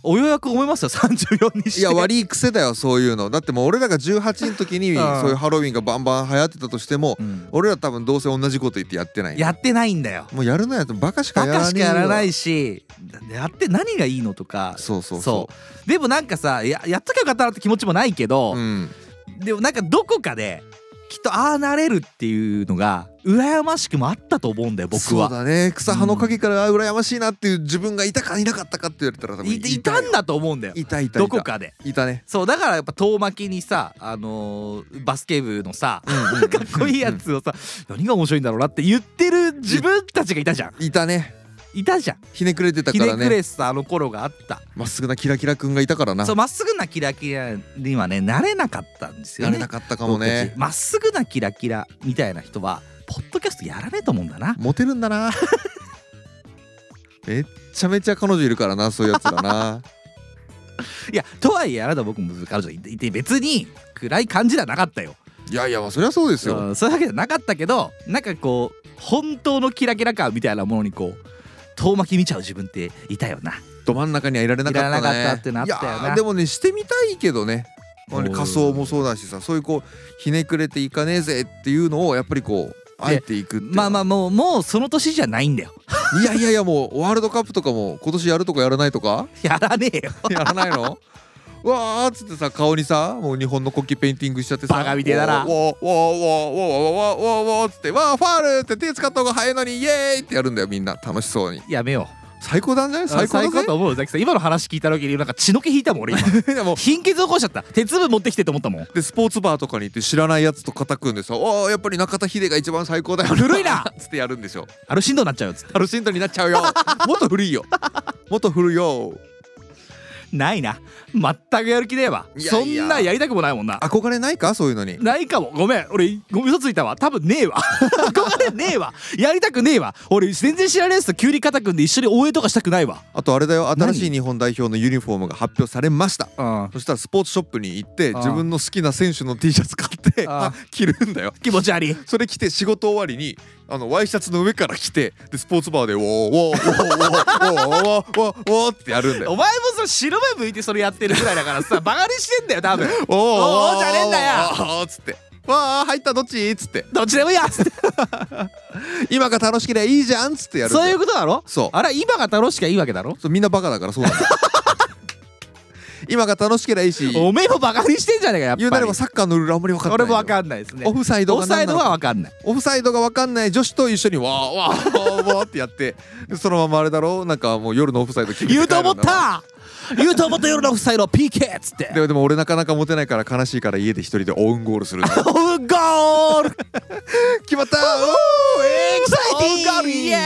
およやく思いますよさんじゅうよんにして。 いや悪い癖だよそういうの。だってもう俺らがじゅうはちの時にそういうハロウィンがバンバン流行ってたとしても、うん、俺ら多分どうせ同じこと言ってやってない。 やってないんだよ。 もうやるのやとバカしかやらない。 バカしかやらないし、やって何がいいのとか。 そうそうそう。 そうでもなんかさ や, やっときゃよかったなって気持ちもないけど、うん、でもなんかどこかできっとああなれるっていうのが羨ましくもあったと思うんだよ僕は。 そうだね。草葉の陰から羨ましいなっていう自分がいたかいなかったかって言われたら多分 い, い, いたんだと思うんだよ。 いたいたいたどこかでいたね。 そうだからやっぱ遠巻きにさ、あのー、バスケ部のさ、うんうん、かっこいいやつをさ何が面白いんだろうなって言ってる自分たちがいたじゃん。 いたね。 いたじゃん。 ひねくれてたからね。 ひねくれてたあの頃があった。 まっすぐなキラキラくんがいたからな。 そうまっすぐなキラキラにはねなれなかったんですよね。 なれなかったかもね。 まっすぐなキラキラみたいな人はポッドキャストやらねえと思うんだな。 モテるんだなめっちゃめちゃ彼女いるからなそういうやつらな。 いやとはいえあなた僕も彼女いて別に暗い感じではなかったよ。 いやいやそりゃそうですよ、 うん、そういうわけじゃなかったけどなんかこう本当のキラキラ感みたいなものにこう遠巻き見ちゃう自分っていたよな。 ど真ん中にはいられなかったね。 いらなかったってなったよな。 いやでもねしてみたいけどね。仮装もそうだしさそういうこうひねくれていかねえぜっていうのをやっぱりこうあえていくっていう。 まあまあもうもうその年じゃないんだよ。 いやいやいやもうワールドカップとかも今年やるとかやらないとかやらねえよやらないのわーっつってさ顔にさもう日本の国旗ペインティングしちゃってさバカみてえだな。 わーわーわーわーわーわーわーっつってわーファールって手使った方が早いのにイエーイってやるんだよみんな楽しそうに。 やめよう。 最高なんじゃない？最高だぜ。 最高と思う。ザキさん今の話聞いた時になんか血の気引いたもん俺今もう貧血起こしちゃった。鉄分持ってきてと思ったもん。 でスポーツバーとかに行って知らないやつと肩組んでさおーやっぱり中田秀が一番最高だよ古いなつってやるんでしょ。 アルシンドになっちゃうよつって。 アルシンドになっちゃうよもっと古いよもっと古いよ。 ないな全くやる気ねえわ。 いやいやそんなやりたくもないもんな。 憧れないかそういうのに。 ないかも。ごめん俺ごめん嘘ついたわ。多分ねえわ憧れねえわ。やりたくねえわ。俺全然知らないやつと急に肩組んで一緒に応援とかしたくないわ。 あとあれだよ新しい日本代表のユニフォームが発表されました。そしたらスポーツショップに行って自分の好きな選手の T シャツ買って着るんだよ。 気持ち悪い。 それ着て仕事終わりにあのワイシャツの上から着てでスポーツバーでウォーウォーウォーウォーウォーウォーウォーってやるんだよ。 お前もそ白目向いてそれやってるぐらいだからさバカにしてんだよ多分。おーおーじゃねえんだよおーつってわー入ったどっちっつってどっちでもいいやつって今が楽しければいいじゃんっつってやるんだよ。 そういうことだろ。 そうあれ今が楽しきゃいいわけだろ。 そうみんなバカだからそうなんだよ今が楽しければいいしおめえもバカにしてんじゃねえかやっぱり。 言うなればサッカーのルールあんまり分かんない。 俺も分かんないですね。 オフサイドがオフサイドは分かんない。 オフサイドが分かんない女子と一緒にわーわーわーわーってやってそのままあれだろうなんかもう夜のオフサイド決めて言うと思った言うと思った夜のオフサイド ピーケー っつって。 でもでも俺なかなかモテないから悲しいから家で一人でオウンゴールするんだオウンゴール決まったおーエキサイティングオウンゴールイエ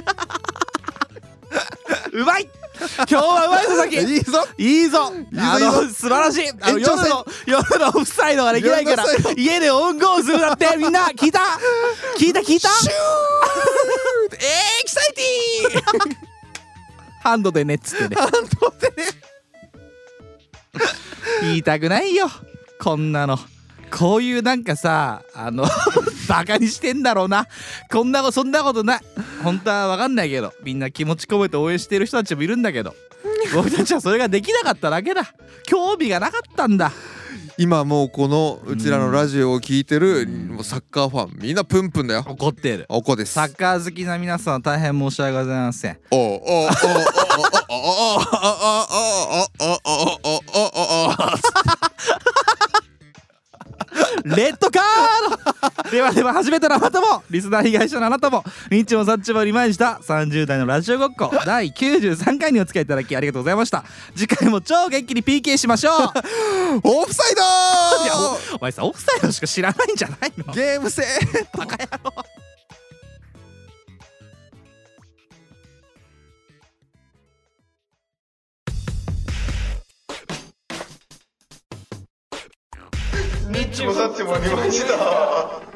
ーイうまい今日はうまいぞさきいいぞいいぞいいぞあの素晴らしい。あの夜の夜のオフサイドができないから家でオウンゴールするだってみんな聞いた聞いた聞いたシューエキサイティングハンドでねっつってねハンドでね言いたくないよこんなの。こういうなんかさあのバカにしてんだろうな。こんなことそんなことない。本当は分かんないけどみんな気持ち込めて応援してる人たちもいるんだけど僕たちはそれができなかっただけだ。興味がなかったんだ。 今もうこのうちらのラジオを聞いてるもうサッカーファンみんなプンプンだよ。 怒ってる。 おこです。 サッカー好きな皆さん大変申し訳ございません。 おおおおおおおおおおおおおおレッドカードではでは初めてのあなたもリスナー被害者のあなたもニッチもサッチもリマインしたさんじゅう代のラジオごっこだいきゅうじゅうさんかいにお付き合いいただきありがとうございました。次回も超元気に ピーケー しましょうオフサイドいや お, お前さオフサイドしか知らないんじゃないの。 ゲームセットバカ野郎ニッチもサッチもありました。